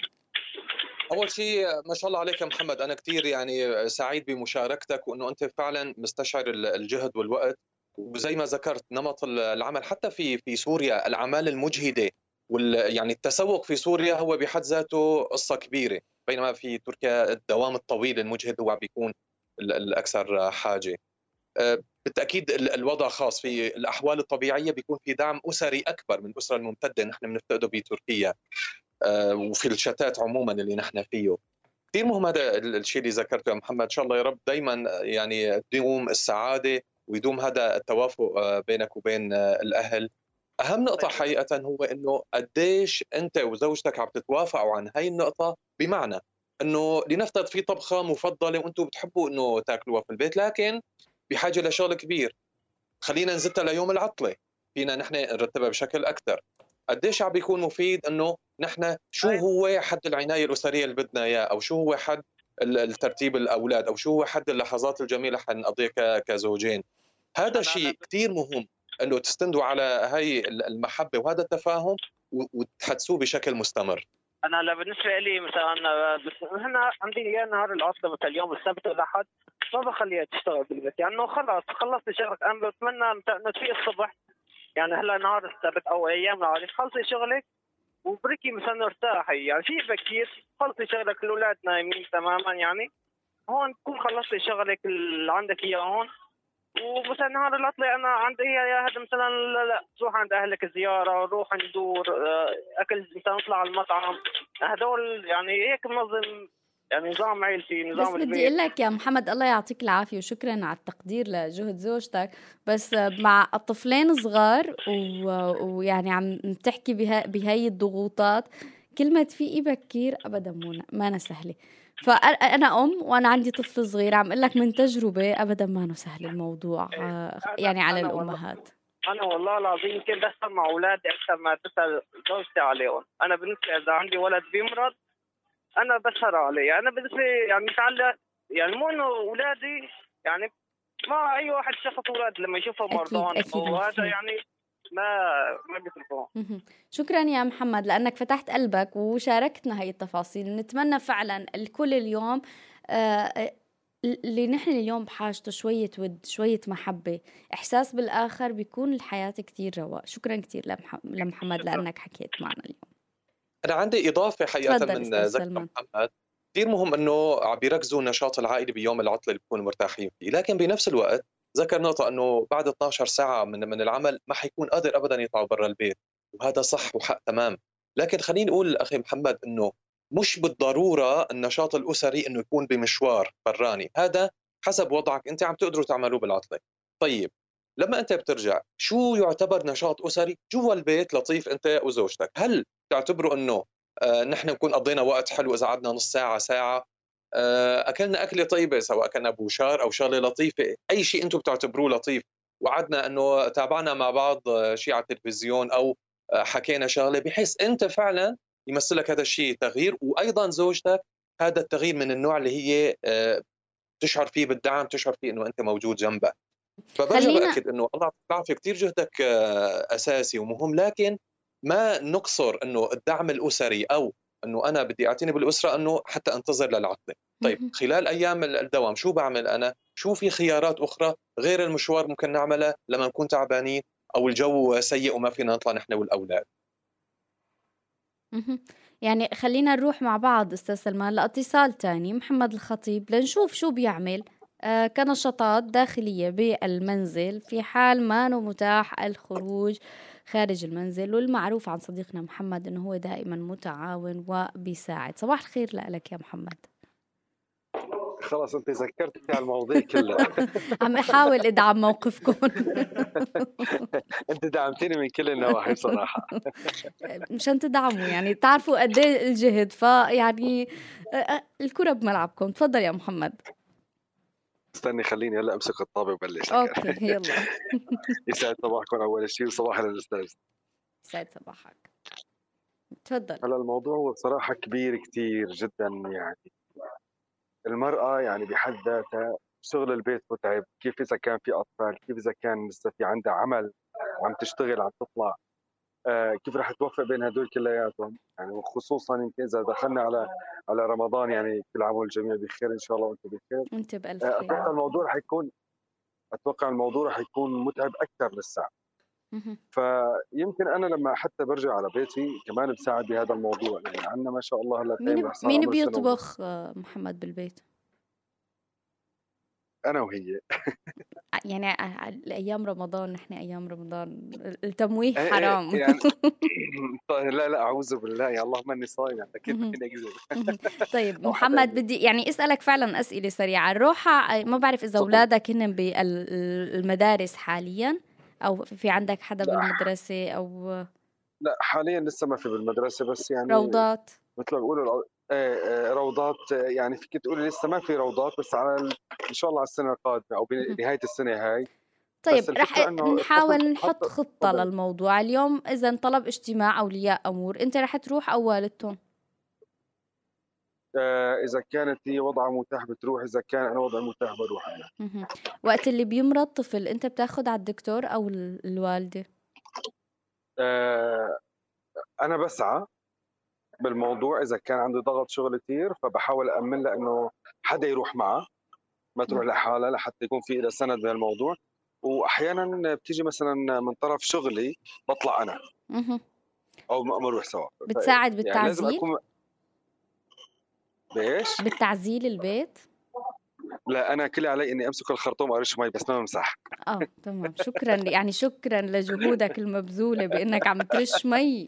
أول شيء ما شاء الله عليك يا محمد، أنا كثير يعني سعيد بمشاركتك وإنه أنت فعلا مستشعر ال- الجهد والوقت، وزي ما ذكرت نمط ال- العمل حتى في في سوريا، الأعمال المجهدة وال يعني التسوق في سوريا هو بحد ذاته قصة كبيرة، بينما في تركيا الدوام الطويل المجهد هو بيكون ال- الأكثر حاجة. آه، بالتأكيد ال- الوضع خاص في الأحوال الطبيعية، بيكون في دعم أسري أكبر من الأسرة الممتدة نحن بنفتقده بتركيا آه، وفي الشتات عموما اللي نحن فيه. كثير مهم هذا ال- الشيء اللي ذكرته يا محمد، ان شاء الله يا رب دائما يعني تدوم السعاده ويدوم هذا التوافق آه، بينك وبين آه، الاهل. اهم نقطه حقيقه هو انه قديش انت وزوجتك عم تتوافقوا عن هاي النقطه، بمعنى انه لنفترض في طبخه مفضله وانتم بتحبوا انه تاكلوها في البيت، لكن بحاجه لشغل كبير، خلينا نزتها ليوم العطله، فينا نحن نرتبها بشكل اكثر. قديش عم بيكون مفيد انه نحن شو هو حد العنايه الاسريه اللي بدنا اياه، او شو هو حد ال- الترتيب الاولاد، او شو هو حد اللحظات الجميله حنقضيها ك- كزوجين. هذا شيء كثير مهم انه تستندوا على هاي ال- المحبه وهذا التفاهم و- وتحدثوه بشكل مستمر. انا لا بالنسبه لي مثلا بس هنا عندي اياه نهار العطله مثلا اليوم السبت والاحد ما بخليها تشتغل بالبيت يعني انه خلاص خلصت شغلك. انا بتمنى مثلا تفيق الصبح يعني هلا نهار السبت او ايام العادي تخلصي شغلك وبركي مثلا ارتاحي يعني في بكير خلصي شغلك الاولاد نايمين تماما يعني هون تكون خلصتي شغلك اللي عندك اياه هون. ومثلا نهار العطلة أنا عندي يا هذا مثلا لا لا تروح عند أهلك زيارة نروح ندور آه، أكل مثلا نطلع على المطعم هدول يعني هيك منظم يعني نظام عيلتي بس نظام بدي البيت. اقول لك يا محمد الله يعطيك العافيه وشكرا على التقدير لجهد زوجتك، بس مع الطفلين صغار و- ويعني عم تحكي بها بهاي الضغوطات كلمة فيقي بكير ابدا مو ما أنا سهله. فانا ام وانا عندي طفل صغير عم اقول لك من تجربه ابدا ما أنا سهل الموضوع آه، أنا يعني على أنا والله الامهات. أنا والله العظيم يمكن بسأل مع أولادي أكثر ما تسأل زوجتي عليهم. أنا بالنسبة إذا عندي ولد بيمرض أنا بسهر عليه. أنا بالنسبة يعني متعلق يعني مو إنه أولادي يعني ما أي واحد شخص أولاد لما يشوفهم اكيد مرضان اكيد وهذا مفهوم. يعني ما ما بيتركوه. مهم. شكرا يا محمد لأنك فتحت قلبك وشاركتنا هاي التفاصيل. نتمنى فعلا الكل اليوم آه، اللي نحن اليوم بحاجته شوية ود شوية محبة إحساس بالآخر بيكون الحياة كتير رواق. شكرا كتير لمح- لمحمد لأنك حكيت معنا اليوم. أنا عندي إضافة حقيقة تفضل من أستاذ ذكر سلمان. محمد. كثير مهم إنه عم بيركزوا النشاط العائلي بيوم العطلة اللي بيكونوا مرتاحين فيه، لكن بنفس الوقت ذكر نقطة إنه بعد اثنتي عشرة ساعة من من العمل ما حيكون قادر أبدا يطلع برا البيت، وهذا صح وحق تمام. لكن خليني أقول أخي محمد إنه مش بالضرورة النشاط الأسري إنه يكون بمشوار براني، هذا حسب وضعك أنت عم تقدروا تعملوه بالعطلة. طيب لما أنت بترجع شو يعتبر نشاط أسري جوا البيت لطيف أنت وزوجتك؟ هل تعتبروا إنه آه، نحن نكون قضينا وقت حلو إذا قعدنا نص ساعة ساعة آه، أكلنا أكلة طيبة سواء كنا بوشار أو شغلة لطيفة أي شيء أنتم بتعتبروه لطيف وقعدنا أنه تابعنا مع بعض آه، شيء على التلفزيون أو آه، حكينا شغلة بحيث أنت فعلا يمثلك هذا الشيء تغيير، وأيضا زوجتك هذا التغيير من النوع اللي هي آه، تشعر فيه بالدعم، تشعر فيه أنه أنت موجود جنبك. فبرجع خلينا باكد انه الله يعطيك العافيه كثير جهدك آه، اساسي ومهم، لكن ما نقصر انه الدعم الاسري او انه انا بدي اعتني بالاسره انه حتى انتظر للعطله. طيب مهم. خلال ايام الدوام شو بعمل انا؟ شو في خيارات اخرى غير المشوار ممكن نعملها لما نكون تعبانين او الجو سيء وما فينا نطلع نحن والاولاد؟ مهم. يعني خلينا نروح مع بعض أستاذ سلمان لاتصال تاني محمد الخطيب لنشوف شو بيعمل آه كنشاطات داخلية بالمنزل في حال ما إنه متاح الخروج خارج المنزل. والمعروف عن صديقنا محمد إنه هو دائما متعاون وبيساعد. صباح الخير لك يا محمد. خلاص انت ذكرتني على المواضيع كلها. عم احاول ادعم موقفكم. انت دعمتيني من كل النواحي بصراحه. مشان تدعموا يعني تعرفوا قد ايه الجهد فيعني آه، الكرة بملعبكم. تفضل يا محمد. استني خليني هلا امسك الطابه وبلش. اوكي يلا. يسعد صباحكم اول شيء وصباح للاستاذ. يسعد صباحك. تفضل. هلا الموضوع هو بصراحه كبير كتير جدا. يعني المراه يعني بحد ذاتها شغل البيت متعب، كيف اذا كان في اطفال، كيف اذا كان لسه في عندها عمل وعم تشتغل عم تطلع، آه كيف رح توفق بين هدول كلياتهم. يعني وخصوصا يمكن اذا دخلنا على على رمضان، يعني كل عام والجميع بخير ان شاء الله وانتم بخير. انت بألف آه خير. اتوقع الموضوع رح يكون اتوقع الموضوع رح يكون متعب اكثر للساعه. مهم. فيمكن انا لما حتى برجع على بيتي كمان بساعد بهذا الموضوع. يعني عندنا ما شاء الله هلا تايم مين رح صار مين عمر سنه ونص. بيطبخ آه، محمد بالبيت؟ انا وهي. يعني ع- ع- ايام رمضان نحن ايام رمضان التمويه إيه إيه حرام. يعني طيب لا لا اعوذ بالله، يا اللهم اني صايم يعني اكيد ما مهم. فيني اكذب. مهم. طيب او حدا محمد يكذب. بدي يعني اسالك فعلا اسئله سريعه. الروحه ما بعرف اذا تفضلي. اولادك هن بالمدارس حاليا او في عندك حدا لا بالمدرسه او لا حاليا لسه ما في بالمدرسه، بس يعني روضات؟ مثل ما بيقولوا الع- إيه إيه روضات. آه، يعني فيك تقولي لسه ما في روضات، بس على ال- ان شاء الله على السنه القادمه او مهم. بنهايه السنه هاي. بس طيب رح الفكره انه الطفل نحاول نحط حتى خطه تفضلي. للموضوع. اليوم اذا انطلب اجتماع اولياء امور انت رح تروح او والدتهم؟ آه، اذا كانت هي وضعها متاح بتروح، اذا كان انا وضعي متاح بروح انا. مهم. وقت اللي بيمرض طفل انت بتاخد على الدكتور او ال- الوالده؟ آه، انا بسعى بالموضوع. اذا كان عنده ضغط شغل كثير فبحاول امن لها انه حدا يروح معه، ما تروح لحالها لحتى يكون في لها سند بهالموضوع. واحيانا بتيجي مثلا من طرف شغلي بطلع انا مهم. او ما نروح سوا. بتساعد يعني لازم بالتعزيل؟ اكون بايش؟ بالتعزيل البيت؟ لا انا كل علي اني امسك الخرطوم وارش مي بس ما بمسح. اه تمام، شكرا، يعني شكرا لجهودك المبذولة بانك عم ترش مي.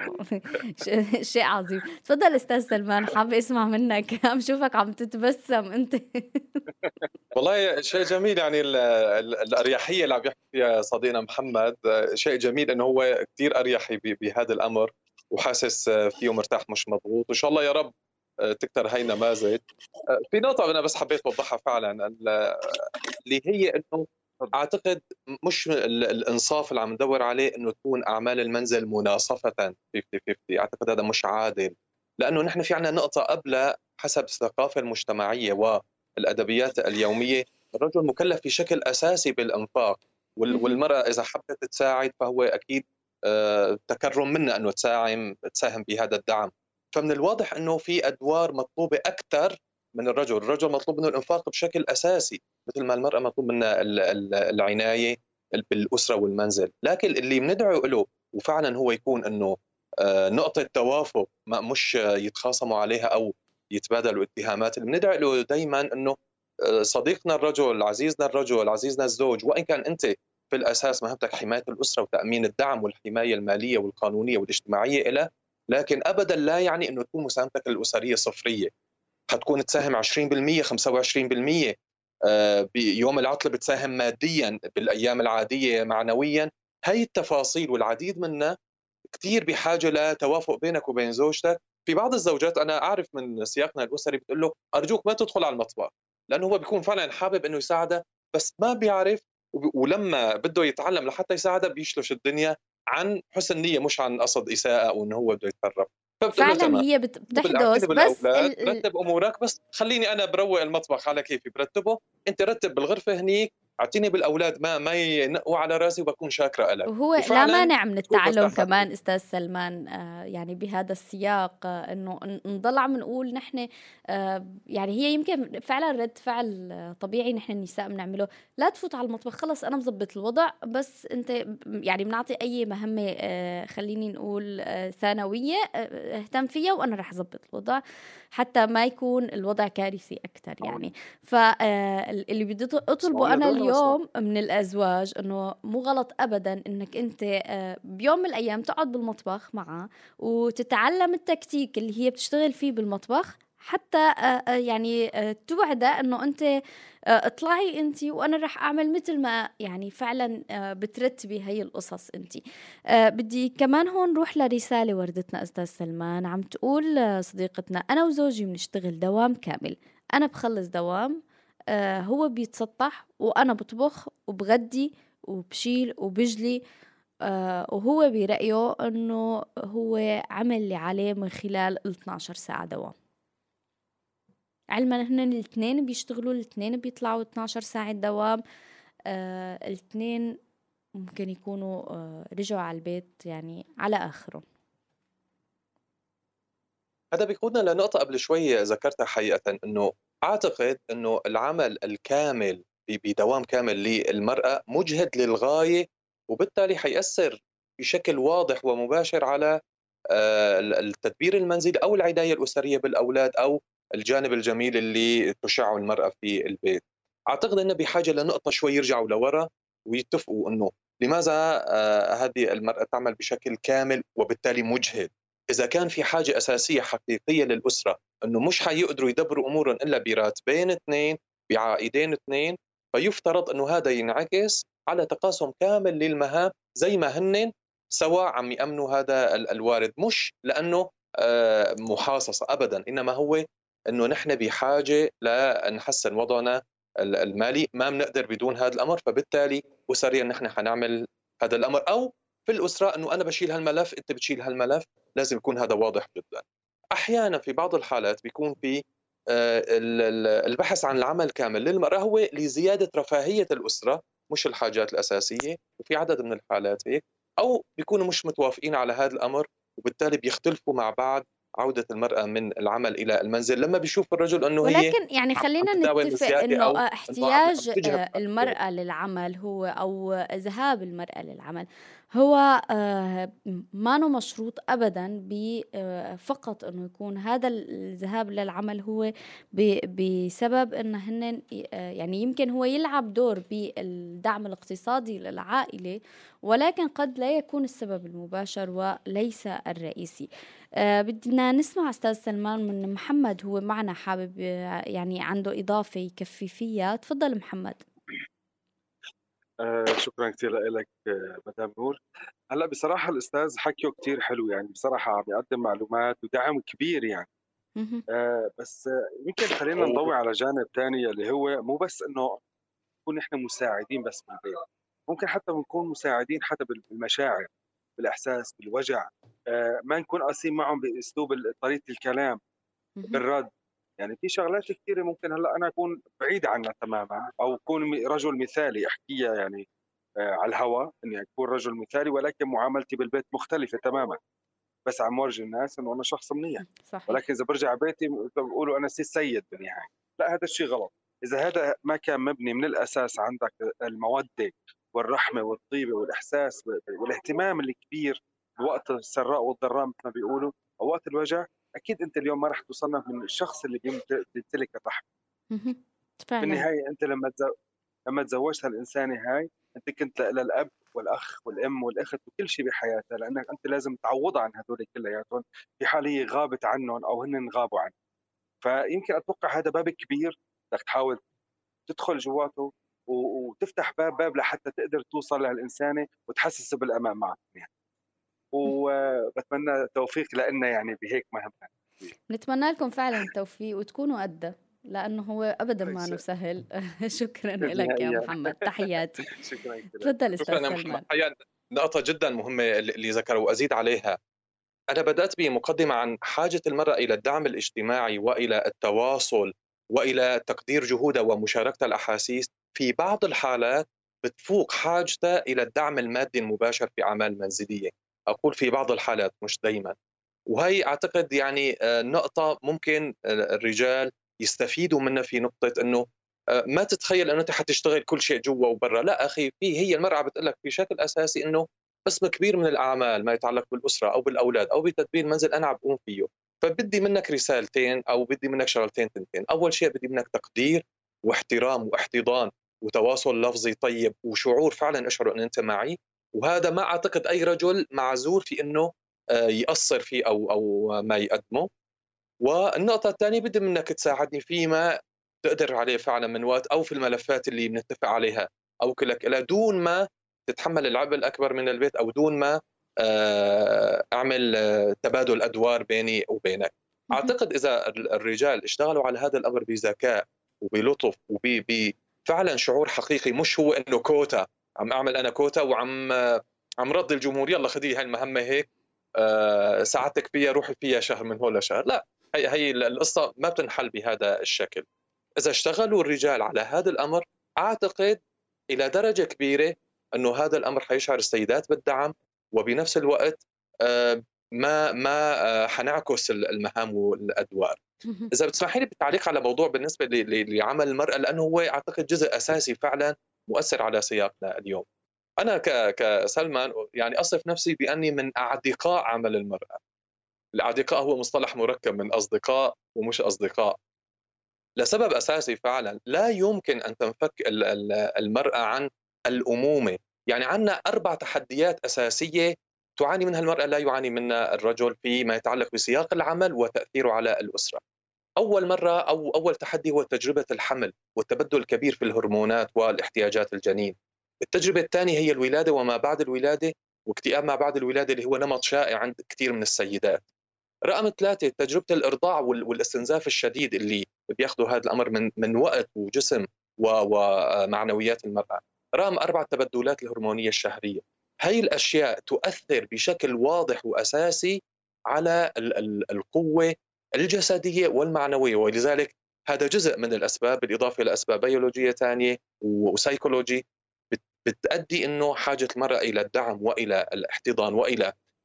ش- شيء عظيم. تفضل استاذ سلمان، حابة اسمع منك. عم شوفك عم تتبسم انت. والله شيء جميل، يعني ال- ال- الأريحية اللي عم يحكي فيها صديقنا محمد، آه، شيء جميل إنه هو كثير أريحي ب- بهذا الأمر، وحاسس آه، فيه مرتاح مش مضغوط، وإن شاء الله يا رب آه، تكتر هاي النماذج. آه، في نقطة أنا بس حبيت أوضحها فعلا، ال- اللي هي إنه أعتقد مش ال- الإنصاف اللي عم ندور عليه إنه تكون أعمال المنزل مناصفة خمسين خمسين. أعتقد هذا مش عادل، لأنه نحن في عنا نقطة قبل، حسب الثقافة المجتمعية والأدبيات اليومية الرجل مكلف بشكل أساسي بالإنفاق، وال- مهم. والمرأة إذا حبت تساعد فهو أكيد آه، تكرم منها أنه تساهم تساهم بهذا الدعم. فمن الواضح أنه في أدوار مطلوبة أكثر من الرجل. الرجل مطلوب منه الإنفاق بشكل أساسي، مثل ما المرأة مطلوب منها ال- ال- العناية بالأسرة والمنزل. لكن اللي بندعو له وفعلا هو يكون أنه آه، نقطة توافق، ما مش يتخاصموا عليها أو يتبادلوا اتهامات. اللي بندعي له دائما أنه آه، صديقنا الرجل، عزيزنا الرجل، عزيزنا الزوج، وإن كان أنت في الأساس مهمتك حماية الأسرة وتأمين الدعم والحماية المالية والقانونية والاجتماعية له، لكن أبدا لا يعني أنه تكون مساهمتك الأسرية صفرية. حتكون تساهم عشرين بالمئة خمسة وعشرين بالمئة، آه، بيوم العطلة بتساهم ماديا، بالأيام العادية معنويا. هاي التفاصيل والعديد منها كثير بحاجة لتوافق بينك وبين زوجتك. في بعض الزوجات أنا أعرف من سياقنا الأسري بتقول له أرجوك ما تدخل على المطبخ، لأنه هو بيكون فعلا حابب أنه يساعدها بس ما بيعرف، وب- ولما بده يتعلم لحتى يساعدها بيشلش الدنيا عن حسن نية مش عن قصد إساءة أو أنه هو بده يتطرف. فبتقول له فعلا تمام، هي بت- اعتني بتحدث، بس بالاولاد، ال... ال- رتب امورك، بس خليني انا بروق المطبخ على كيفي برتبه، انت رتب بالغرفه هنيك، اعتني بالاولاد ما ما ينقوا على راسي وبكون شاكره لك. وهو لا وفعلا مانع من بتكون التعلم مرتاحه كمان فيه. استاذ سلمان، آه، يعني بهذا السياق، آه، انه ن- نضل عم نقول نحن، آه، يعني هي يمكن فعلا رد فعل آه، طبيعي نحن النساء بنعمله. لا تفوت على المطبخ، خلص انا مزبط الوضع، بس انت ب- يعني بنعطي اي مهمه، آه، خليني نقول آه، ثانويه، آه، اهتم فيها وانا رح ازبط الوضع حتى ما يكون الوضع كارثي اكثر. يعني فاللي بدي اطلبه انا هدول مسموح. اليوم من الازواج انه مو غلط ابدا انك انت آه، بيوم من الايام تقعد بالمطبخ معها وتتعلم التكتيك اللي هي بتشتغل فيه بالمطبخ، حتى آه، آه، يعني آه، توعدها انه انت آه، اطلعي انت وانا رح اعمل مثل ما يعني فعلا آه، بترتبي هي القصص انت. آه، بدي كمان هون نروح لرسالة وردتنا استاذ سلمان، عم تقول آه، صديقتنا: انا وزوجي بنشتغل دوام كامل، انا بخلص دوام، آه، هو بيتسطح وانا بطبخ وبغدي وبشيل وبجلي، آه، وهو برأيه انه هو عمل اللي عليه من خلال ال اثناشر ساعة دوام، علما هن الاثنين بيشتغلوا، الاثنين بيطلعوا اثناشر ساعة دوام، آه، الاثنين ممكن يكونوا آه، رجعوا على البيت يعني على آخره. هذا بيقودنا لنقطه قبل شوي ذكرتها حقيقه، انه اعتقد انه العمل الكامل ب- بدوام كامل للمراه مجهد للغايه، وبالتالي حيأثر بشكل واضح ومباشر على آه، التدبير المنزلي أو العناية الأسرية بالأولاد أو الجانب الجميل اللي تشعه المرأة في البيت. أعتقد أنه بحاجة لنقطة شوي يرجعوا لورا ويتفقوا أنه لماذا آه، هذه المرأة تعمل بشكل كامل وبالتالي مجهد. إذا كان في حاجة أساسية حقيقية للأسرة أنه مش حيقدروا يدبروا أمورهم إلا براتبين اثنين، بعائدين اثنين، فيفترض أنه هذا ينعكس على تقاسم كامل للمهام زي ما هن سواء عم يأمنوا هذا الوارد، مش لأنه آه، محاصصة أبدا، إنما هو أنه نحن بحاجة لنحسن وضعنا المالي، ما بنقدر بدون هذا الأمر، فبالتالي أسريا نحن حنعمل هذا الأمر. أو في الأسرة أنه أنا بشيل هالملف، أنت بتشيل هالملف، لازم يكون هذا واضح جدا. أحيانا في بعض الحالات بيكون في آه، البحث عن العمل كامل للمرأة هو لزيادة رفاهية الأسرة مش الحاجات الأساسية، وفي عدد من الحالات هيك، أو بيكونوا مش متوافقين على هذا الأمر وبالتالي بيختلفوا مع بعض عودة المرأة من العمل إلى المنزل لما بيشوف الرجل أنه هي ولكن يعني عم خلينا عم تداوم نتفق زيادة إنه أو آه، أنه عم عم احتياج تجهد آه، أكثر. المرأة للعمل هو أو ذهاب المرأة للعمل هو آه، ما نو مشروط أبدا ب آه، فقط إنه يكون هذا الذهاب للعمل هو ب- بسبب إنه هن آه، يعني يمكن هو يلعب دور بالدعم الاقتصادي للعائلة، ولكن قد لا يكون السبب المباشر وليس الرئيسي. آه، بدنا نسمع أستاذ سلمان من محمد، هو معنا حابب آه، يعني عنده إضافة يكفي فيها. تفضل محمد. آه شكرا كثير لك آه مدام نور. هلا بصراحه الاستاذ حكيه كثير حلو، يعني بصراحه عم يقدم معلومات ودعم كبير يعني. مهم. آه بس آه يمكن خلينا نضوي على جانب ثاني اللي هو مو بس انه نكون احنا مساعدين بس بالبيت، ممكن حتى نكون مساعدين حتى بالمشاعر، بالاحساس، بالوجع. آه ما نكون قاسيين معهم باسلوب طريقه الكلام، مهم. بالرد. يعني في شغلات كثيره ممكن هلا انا اكون بعيد عنها تماما، او اكون م- رجل مثالي احكيها يعني آه على الهواء اني اكون رجل مثالي، ولكن معاملتي بالبيت مختلفه تماما، بس عم ورجي الناس انه انا شخص منيح. صحيح. ولكن اذا برجع بيتي بقولوا انا سي السيد بالنهايه، لا هذا الشيء غلط. اذا هذا ما كان مبني من الاساس عندك الموده والرحمه والطيبه والاحساس والاهتمام الكبير بوقت السراء والضراء مثل ما بيقولوا، او وقت الوجع، اكيد انت اليوم ما رح تصنف من الشخص اللي بيمت- بيمتلك الرحمه. مهم. فعلا. بالنهايه انت لما تزو... لما تزوجت هالانسانه هاي، انت كنت ل- للاب والاخ والام والاخت وكل شيء بحياتها، لانك انت لازم تعوضها عن هدول كلياتهم في حال هي غابت عنهم او هن غابوا عنك. فيمكن اتوقع هذا باب كبير بدك تحاول تدخل جواته و- وتفتح باب باب لحتى تقدر توصل لهالانسانه وتحسسه بالامان معك يعني. وبتمنى توفيق لنا يعني بهيك مهمه. نتمنى لكم فعلا التوفيق وتكونوا قده، لأنه هو أبدا ما نو سهل. شكرا لك يا نهائيا. محمد، تحياتي. شكرا كثير. تفضل شكرا أستاذ يا محمد. سلمان. حقيقة نقطة جدا مهمة اللي ذكرها وأزيد عليها. أنا بدأت بمقدمة عن حاجة المرأة إلى الدعم الاجتماعي وإلى التواصل وإلى تقدير جهودها ومشاركة الأحاسيس. في بعض الحالات بتفوق حاجتها إلى الدعم المادي المباشر في أعمال المنزلية. أقول في بعض الحالات مش دايما. وهي أعتقد يعني آه، نقطة ممكن آه، الرجال يستفيدوا منها، في نقطة أنه آه، ما تتخيل أنه أنت حتشتغل كل شيء جوا وبرا. لا أخي، في هي المرأة بتقول لك بشكل أساسي أنه قسم كبير من الأعمال ما يتعلق بالأسرة أو بالأولاد أو بتدبير المنزل أنا عم بقوم فيه. فبدي منك رسالتين أو بدي منك شغلتين تنتين. أول شيء بدي منك تقدير واحترام واحتضان وتواصل لفظي طيب وشعور فعلا أشعر أن أنت معي. وهذا ما أعتقد أي رجل معذور في أنه آه، يقصر فيه أو أو ما يقدمه. والنقطة الثانية بدي منك تساعدني فيما تقدر عليه فعلا من وقت أو في الملفات اللي بنتفق عليها أو كلك إلى دون ما تتحمل العبء الأكبر من البيت أو دون ما آه، أعمل آه، تبادل أدوار بيني وبينك. مهم. أعتقد إذا الرجال اشتغلوا على هذا الأمر بذكاء وبلطف وبفعلا شعور حقيقي، مش هو إنه كوتا عم أعمل أنا كوتا وعم آه، عم رد الجمهور يلا خذي هاي المهمة هيك آه، ساعدتك فيها روحي فيها شهر من هون لشهر. لا، هي هي القصة ما بتنحل بهذا الشكل. إذا اشتغلوا الرجال على هذا الأمر أعتقد إلى درجة كبيرة أنه هذا الأمر حيشعر السيدات بالدعم، وبنفس الوقت آه، ما ما آه، حنعكس المهام والأدوار. مهم. إذا بتسمحي لي بالتعليق على موضوع بالنسبة ل- ل- لعمل المرأة، لأنه هو أعتقد جزء أساسي فعلا مؤثر على سياقنا اليوم. أنا ك- كسلمان يعني أصف نفسي بأني من أعدقاء عمل المرأة. الأعدقاء هو مصطلح مركب من أصدقاء ومش أصدقاء، لسبب أساسي فعلا. لا يمكن أن تنفك ال- ال- المرأة عن الأمومة. يعني عندنا أربع تحديات أساسية تعاني منها المرأة لا يعاني منها الرجل فيما يتعلق بسياق العمل وتأثيره على الأسرة. أول مرة أو أول تحدي هو تجربة الحمل والتبدل الكبير في الهرمونات والاحتياجات الجنين. التجربة الثانية هي الولادة وما بعد الولادة واكتئاب ما بعد الولادة اللي هو نمط شائع عند كثير من السيدات. رقم ثلاثة تجربة الإرضاع والاستنزاف الشديد اللي بياخذوا هذا الأمر من من وقت وجسم ومعنويات المرأة. رقم أربعة التبدلات الهرمونية الشهرية. هاي الأشياء تؤثر بشكل واضح وأساسي على القوة الجسدية والمعنوية، ولذلك هذا جزء من الأسباب بالإضافة إلى أسباب بيولوجية ثانية وسايكولوجي بتؤدي أنه حاجة المرأة إلى الدعم وإلى الاحتضان وإلى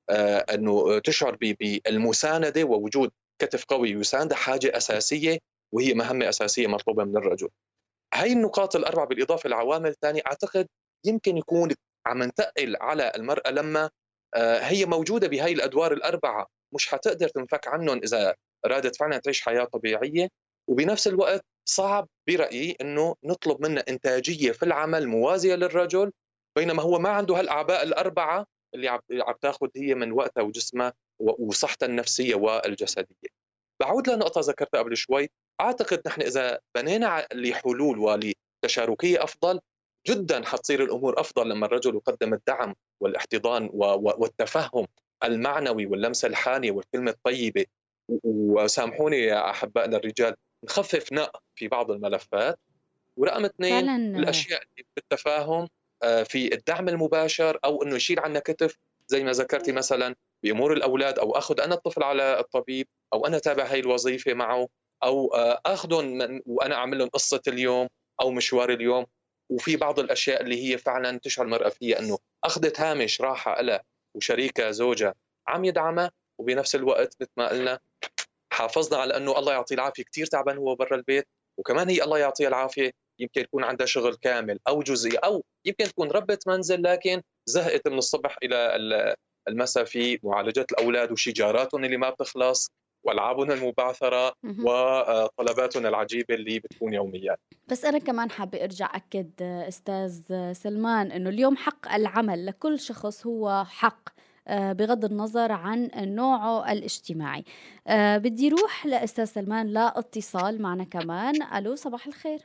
آه، أنه تشعر ب- بالمساندة ووجود كتف قوي يساند حاجة أساسية، وهي مهمة أساسية مطلوبة من الرجل. هاي النقاط الأربعة بالإضافة لعوامل ثانية أعتقد يمكن يكون عم ننتقل على المرأة لما آه، هي موجودة بهاي الأدوار الأربعة، مش حتقدر تنفك عنهم إذا أرادت فعلا تعيش حياة طبيعية. وبنفس الوقت صعب برأيي أنه نطلب منها إنتاجية في العمل موازية للرجل، بينما هو ما عنده هالأعباء الأربعة اللي عم عم تاخذ هي من وقتها وجسمها و- وصحتها النفسية والجسدية. بعود لنقطة ذكرتها قبل شوي، أعتقد نحن إذا بنينا ع- لحلول ولتشاركية أفضل، جدا حتصير الأمور أفضل لما الرجل يقدم الدعم والاحتضان و- و- والتفهم المعنوي واللمسة الحانية والكلمة الطيبة. و- وسامحوني يا أحبائنا الرجال، نخفف نق في بعض الملفات. ورقم اثنين، فعلا. الأشياء اللي بالتفاهم آه، في الدعم المباشر، أو أنه يشيل عنا كتف زي ما ذكرتي مثلا بأمور الأولاد، أو أخذ أنا الطفل على الطبيب، أو أنا تابع هاي الوظيفة معه، أو آه، أخذهم من- وأنا أعمل لهم قصة اليوم أو مشوار اليوم. وفي بعض الأشياء اللي هي فعلا تشعر المرأة فيها أنه أخذت هامش راحة لها وشريكة زوجها عم يدعمها، وبنفس الوقت مثل ما قلنا حافظنا على أنه الله يعطيه العافية كتير تعبان هو برا البيت، وكمان هي الله يعطيها العافية يمكن يكون عندها شغل كامل أو جزئي، أو يمكن تكون ربة منزل لكن زهقت من الصبح إلى ال- المساء في معالجة الأولاد وشجاراتهم اللي ما بتخلص وألعابهم المبعثرة مهم. وطلباتهم العجيبة اللي بتكون يوميا. بس أنا كمان حابة أرجع أكد آه، أستاذ آه، سلمان إنه اليوم حق العمل لكل شخص هو حق، آه، بغض النظر عن نوعه الاجتماعي. آه، بدي روح لأستاذ سلمان لا اتصال معنا كمان. ألو، صباح الخير.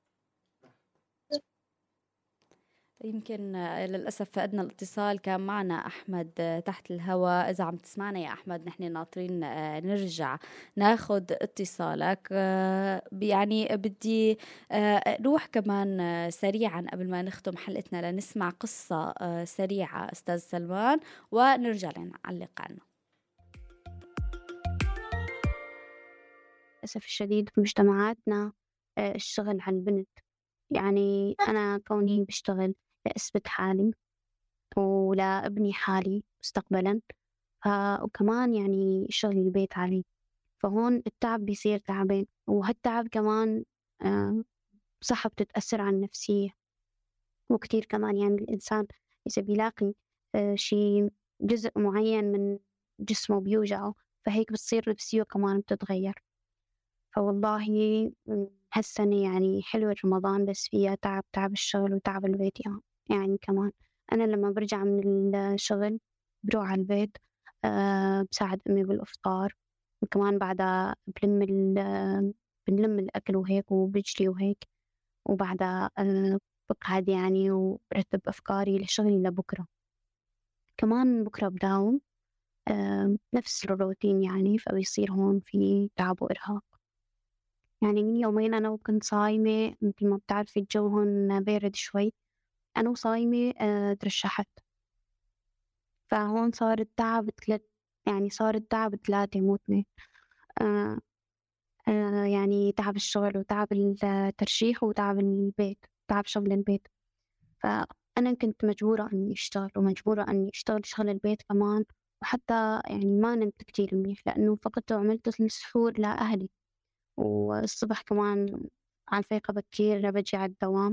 يمكن آه، للأسف فقدنا الاتصال. كان معنا أحمد آه، تحت الهواء. إذا عم تسمعنا يا أحمد نحن ناطرين آه، نرجع ناخد اتصالك. آه، يعني بدي آه، روح كمان آه، سريعا قبل ما نختم حلقتنا لنسمع قصة آه، سريعة أستاذ سلمان ونرجع نعلق عنه. للأسف الشديد في مجتمعاتنا آه، الشغل على البنت. يعني أنا كوني بشتغل لأثبت حالي ولا أبني حالي مستقبلا، ف... وكمان يعني شغل البيت علي، فهون التعب بيصير تعبين، وهالتعب كمان آه، صح بتتأثر على النفسية. وكتير كمان يعني الإنسان إذا بيلاقي آه، شي جزء معين من جسمه بيوجعه، فهيك بتصير نفسيه كمان بتتغير. فوالله هالسنة يعني حلوة رمضان، بس فيها تعب، تعب الشغل وتعب البيت يعني, يعني كمان أنا لما برجع من الشغل بروح على البيت أه بساعد أمي بالإفطار، وكمان بعدها بلم ال بنلم الأكل وهيك وبجلي وهيك، وبعدها أه بقعد يعني وبرتب أفكاري لشغلي لبكرة. كمان بكرة بداوم أه نفس الروتين يعني، فبيصير هون في تعب وإرهاق. يعني من يومين أنا وكنت صايمة، مثل ما بتعرفي الجو هون بارد شوي، أنا وصايمة أه ترشحت، فهون صار التعب ثلاث، يعني صار التعب ثلاثة مو اثنين. أه أه يعني تعب الشغل وتعب الترشيح وتعب البيت، تعب شغل البيت. فأنا كنت مجبورة أني أشتغل، ومجبورة أني أشتغل شغل البيت كمان، وحتى يعني ما نمت كتير منيح لأنه فقدت وعملت السحور لأهلي، والصبح كمان على الفيقة بكير بجي على الدوام.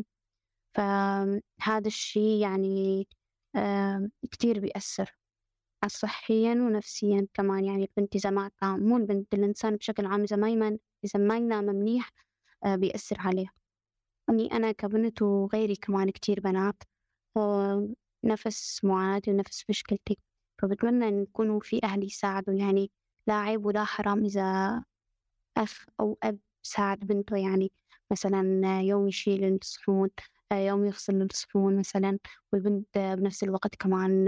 فهذا الشي يعني آه كتير بيأثر صحيا ونفسيا كمان. يعني البنت إذا ما كان، مو البنت، الإنسان بشكل عام إذا ما يمن إذا ما ينام منيح آه بيأثر عليه. أني أنا كبنت وغيري كمان كتير بنات آه نفس معاناتي ونفس مشكلتي، فبتمنى أن يكونوا في أهل يساعدوا. يعني لا عيب ولا حرام إذا أخ أو أب ساعد بنته، يعني مثلا يوم يشيل الصحون، يوم يغسل الصحون مثلا، والبنت بنفس الوقت كمان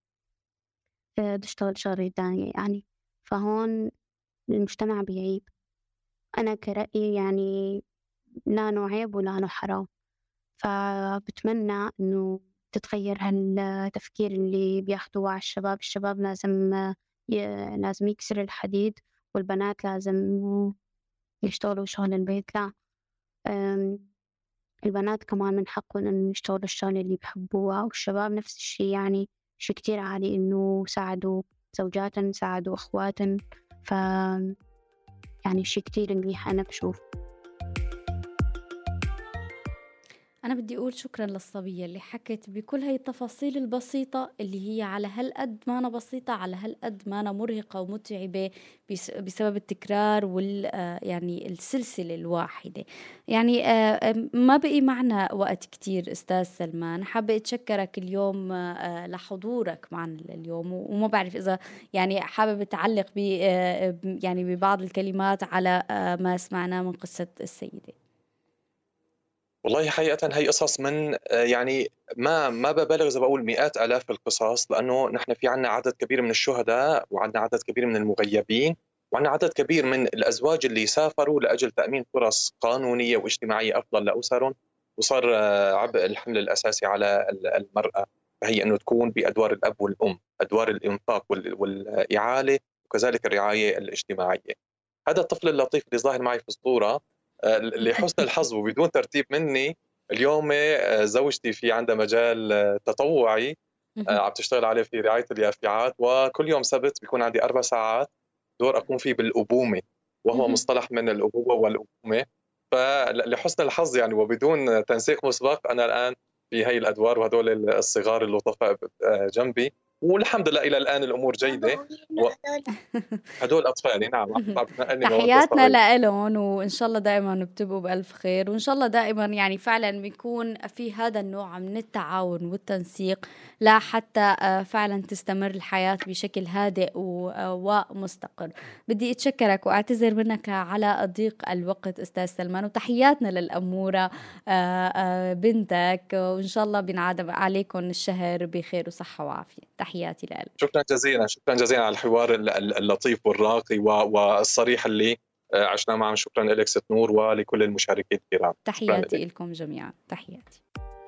تشتغل شغل تاني يعني. فهون المجتمع بيعيب. أنا كرأيي يعني لا نوع عيب ولا نوع حرام، فبتمنى إنه تتغير هالتفكير اللي بياخدوه على الشباب. الشباب لازم ي... لازم يكسر الحديد، والبنات لازم يشتغلوا شغل البيت. لا، البنات كمان من حقهم أن يشتغلوا الشغل اللي بحبوها، والشباب نفس الشي. يعني شي كتير عالي إنه ساعدوا زوجاتن ساعدوا أخواتن. ف يعني شي كتير منيح أنا بشوف. أنا بدي أقول شكرا للصبية اللي حكت بكل هاي التفاصيل البسيطة اللي هي على هالقد ما أنا بسيطة، على هالقد ما أنا مرهقة ومتعبة بس- بسبب التكرار وال آه يعني السلسلة الواحدة. يعني آه ما بقي معنا وقت كتير أستاذ سلمان، حابة أتشكرك اليوم آه لحضورك معنا اليوم، وما بعرف إذا يعني حابب تعلق ب آه يعني ببعض الكلمات على آه ما سمعناه من قصة السيدة. والله حقيقة هي قصص من يعني ما ما ببالغ إذا بقول مئات آلاف القصص، لأنه نحن في عنا عدد كبير من الشهداء وعنا عدد كبير من المغيبين وعنا عدد كبير من الأزواج اللي سافروا لأجل تأمين فرص قانونية واجتماعية أفضل لأسرهم، وصار عبء الحمل الأساسي على المرأة فهي أنه تكون بأدوار الأب والأم، أدوار الإنفاق والإعالة وكذلك الرعاية الاجتماعية. هذا الطفل اللطيف اللي ظاهر معي في الصورة لحسن الحظ وبدون ترتيب مني، اليوم زوجتي في عندها مجال تطوعي عم تشتغل عليه في رعاية اليافعات، وكل يوم سبت بيكون عندي أربع ساعات دور أقوم فيه بالأبومة، وهو مصطلح من الأبوة والأبومة. فلحسن الحظ يعني وبدون تنسيق مسبق أنا الآن في هاي الأدوار وهدول الصغار اللطفاء جنبي، والحمد لله إلى الآن الأمور جيدة. و... هدول أطفالي نعم. تحياتنا لهم، وإن شاء الله دائما بتبقوا بألف خير، وإن شاء الله دائما يعني فعلا بيكون في هذا النوع من التعاون والتنسيق لا حتى فعلا تستمر الحياة بشكل هادئ ومستقر. بدي أتشكرك وأعتذر منك على ضيق الوقت أستاذ سلمان، وتحياتنا للأمورة بنتك، وإن شاء الله بنعاد عليكم الشهر بخير وصحة وعافية. تحياتي لك. شكرا جزيلا، شكرا جزيلا على الحوار اللطيف والراقي والصريح اللي عشنا معه. شكرا لك ست نور ولكل المشاركين الكرام. تحياتي لكم جميعا. تحياتي.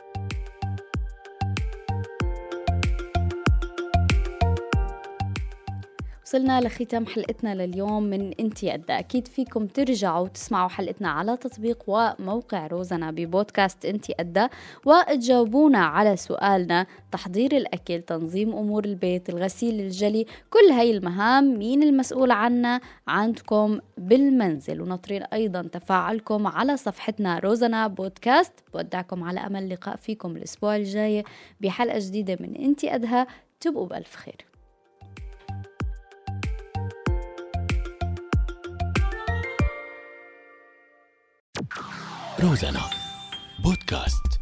وصلنا لختام حلقتنا لليوم من انتي قدها. أكيد فيكم ترجعوا تسمعوا حلقتنا على تطبيق وموقع روزانا ببودكاست انتي قدها، وتجاوبونا على سؤالنا: تحضير الأكل، تنظيم أمور البيت، الغسيل، الجلي، كل هاي المهام مين المسؤول عنها عندكم بالمنزل؟ ونطرين أيضا تفاعلكم على صفحتنا روزانا بودكاست. بودعكم على أمل لقاء فيكم الأسبوع الجاي بحلقة جديدة من انتي قدها. تبقوا بألف خير. روزانا بودكاست.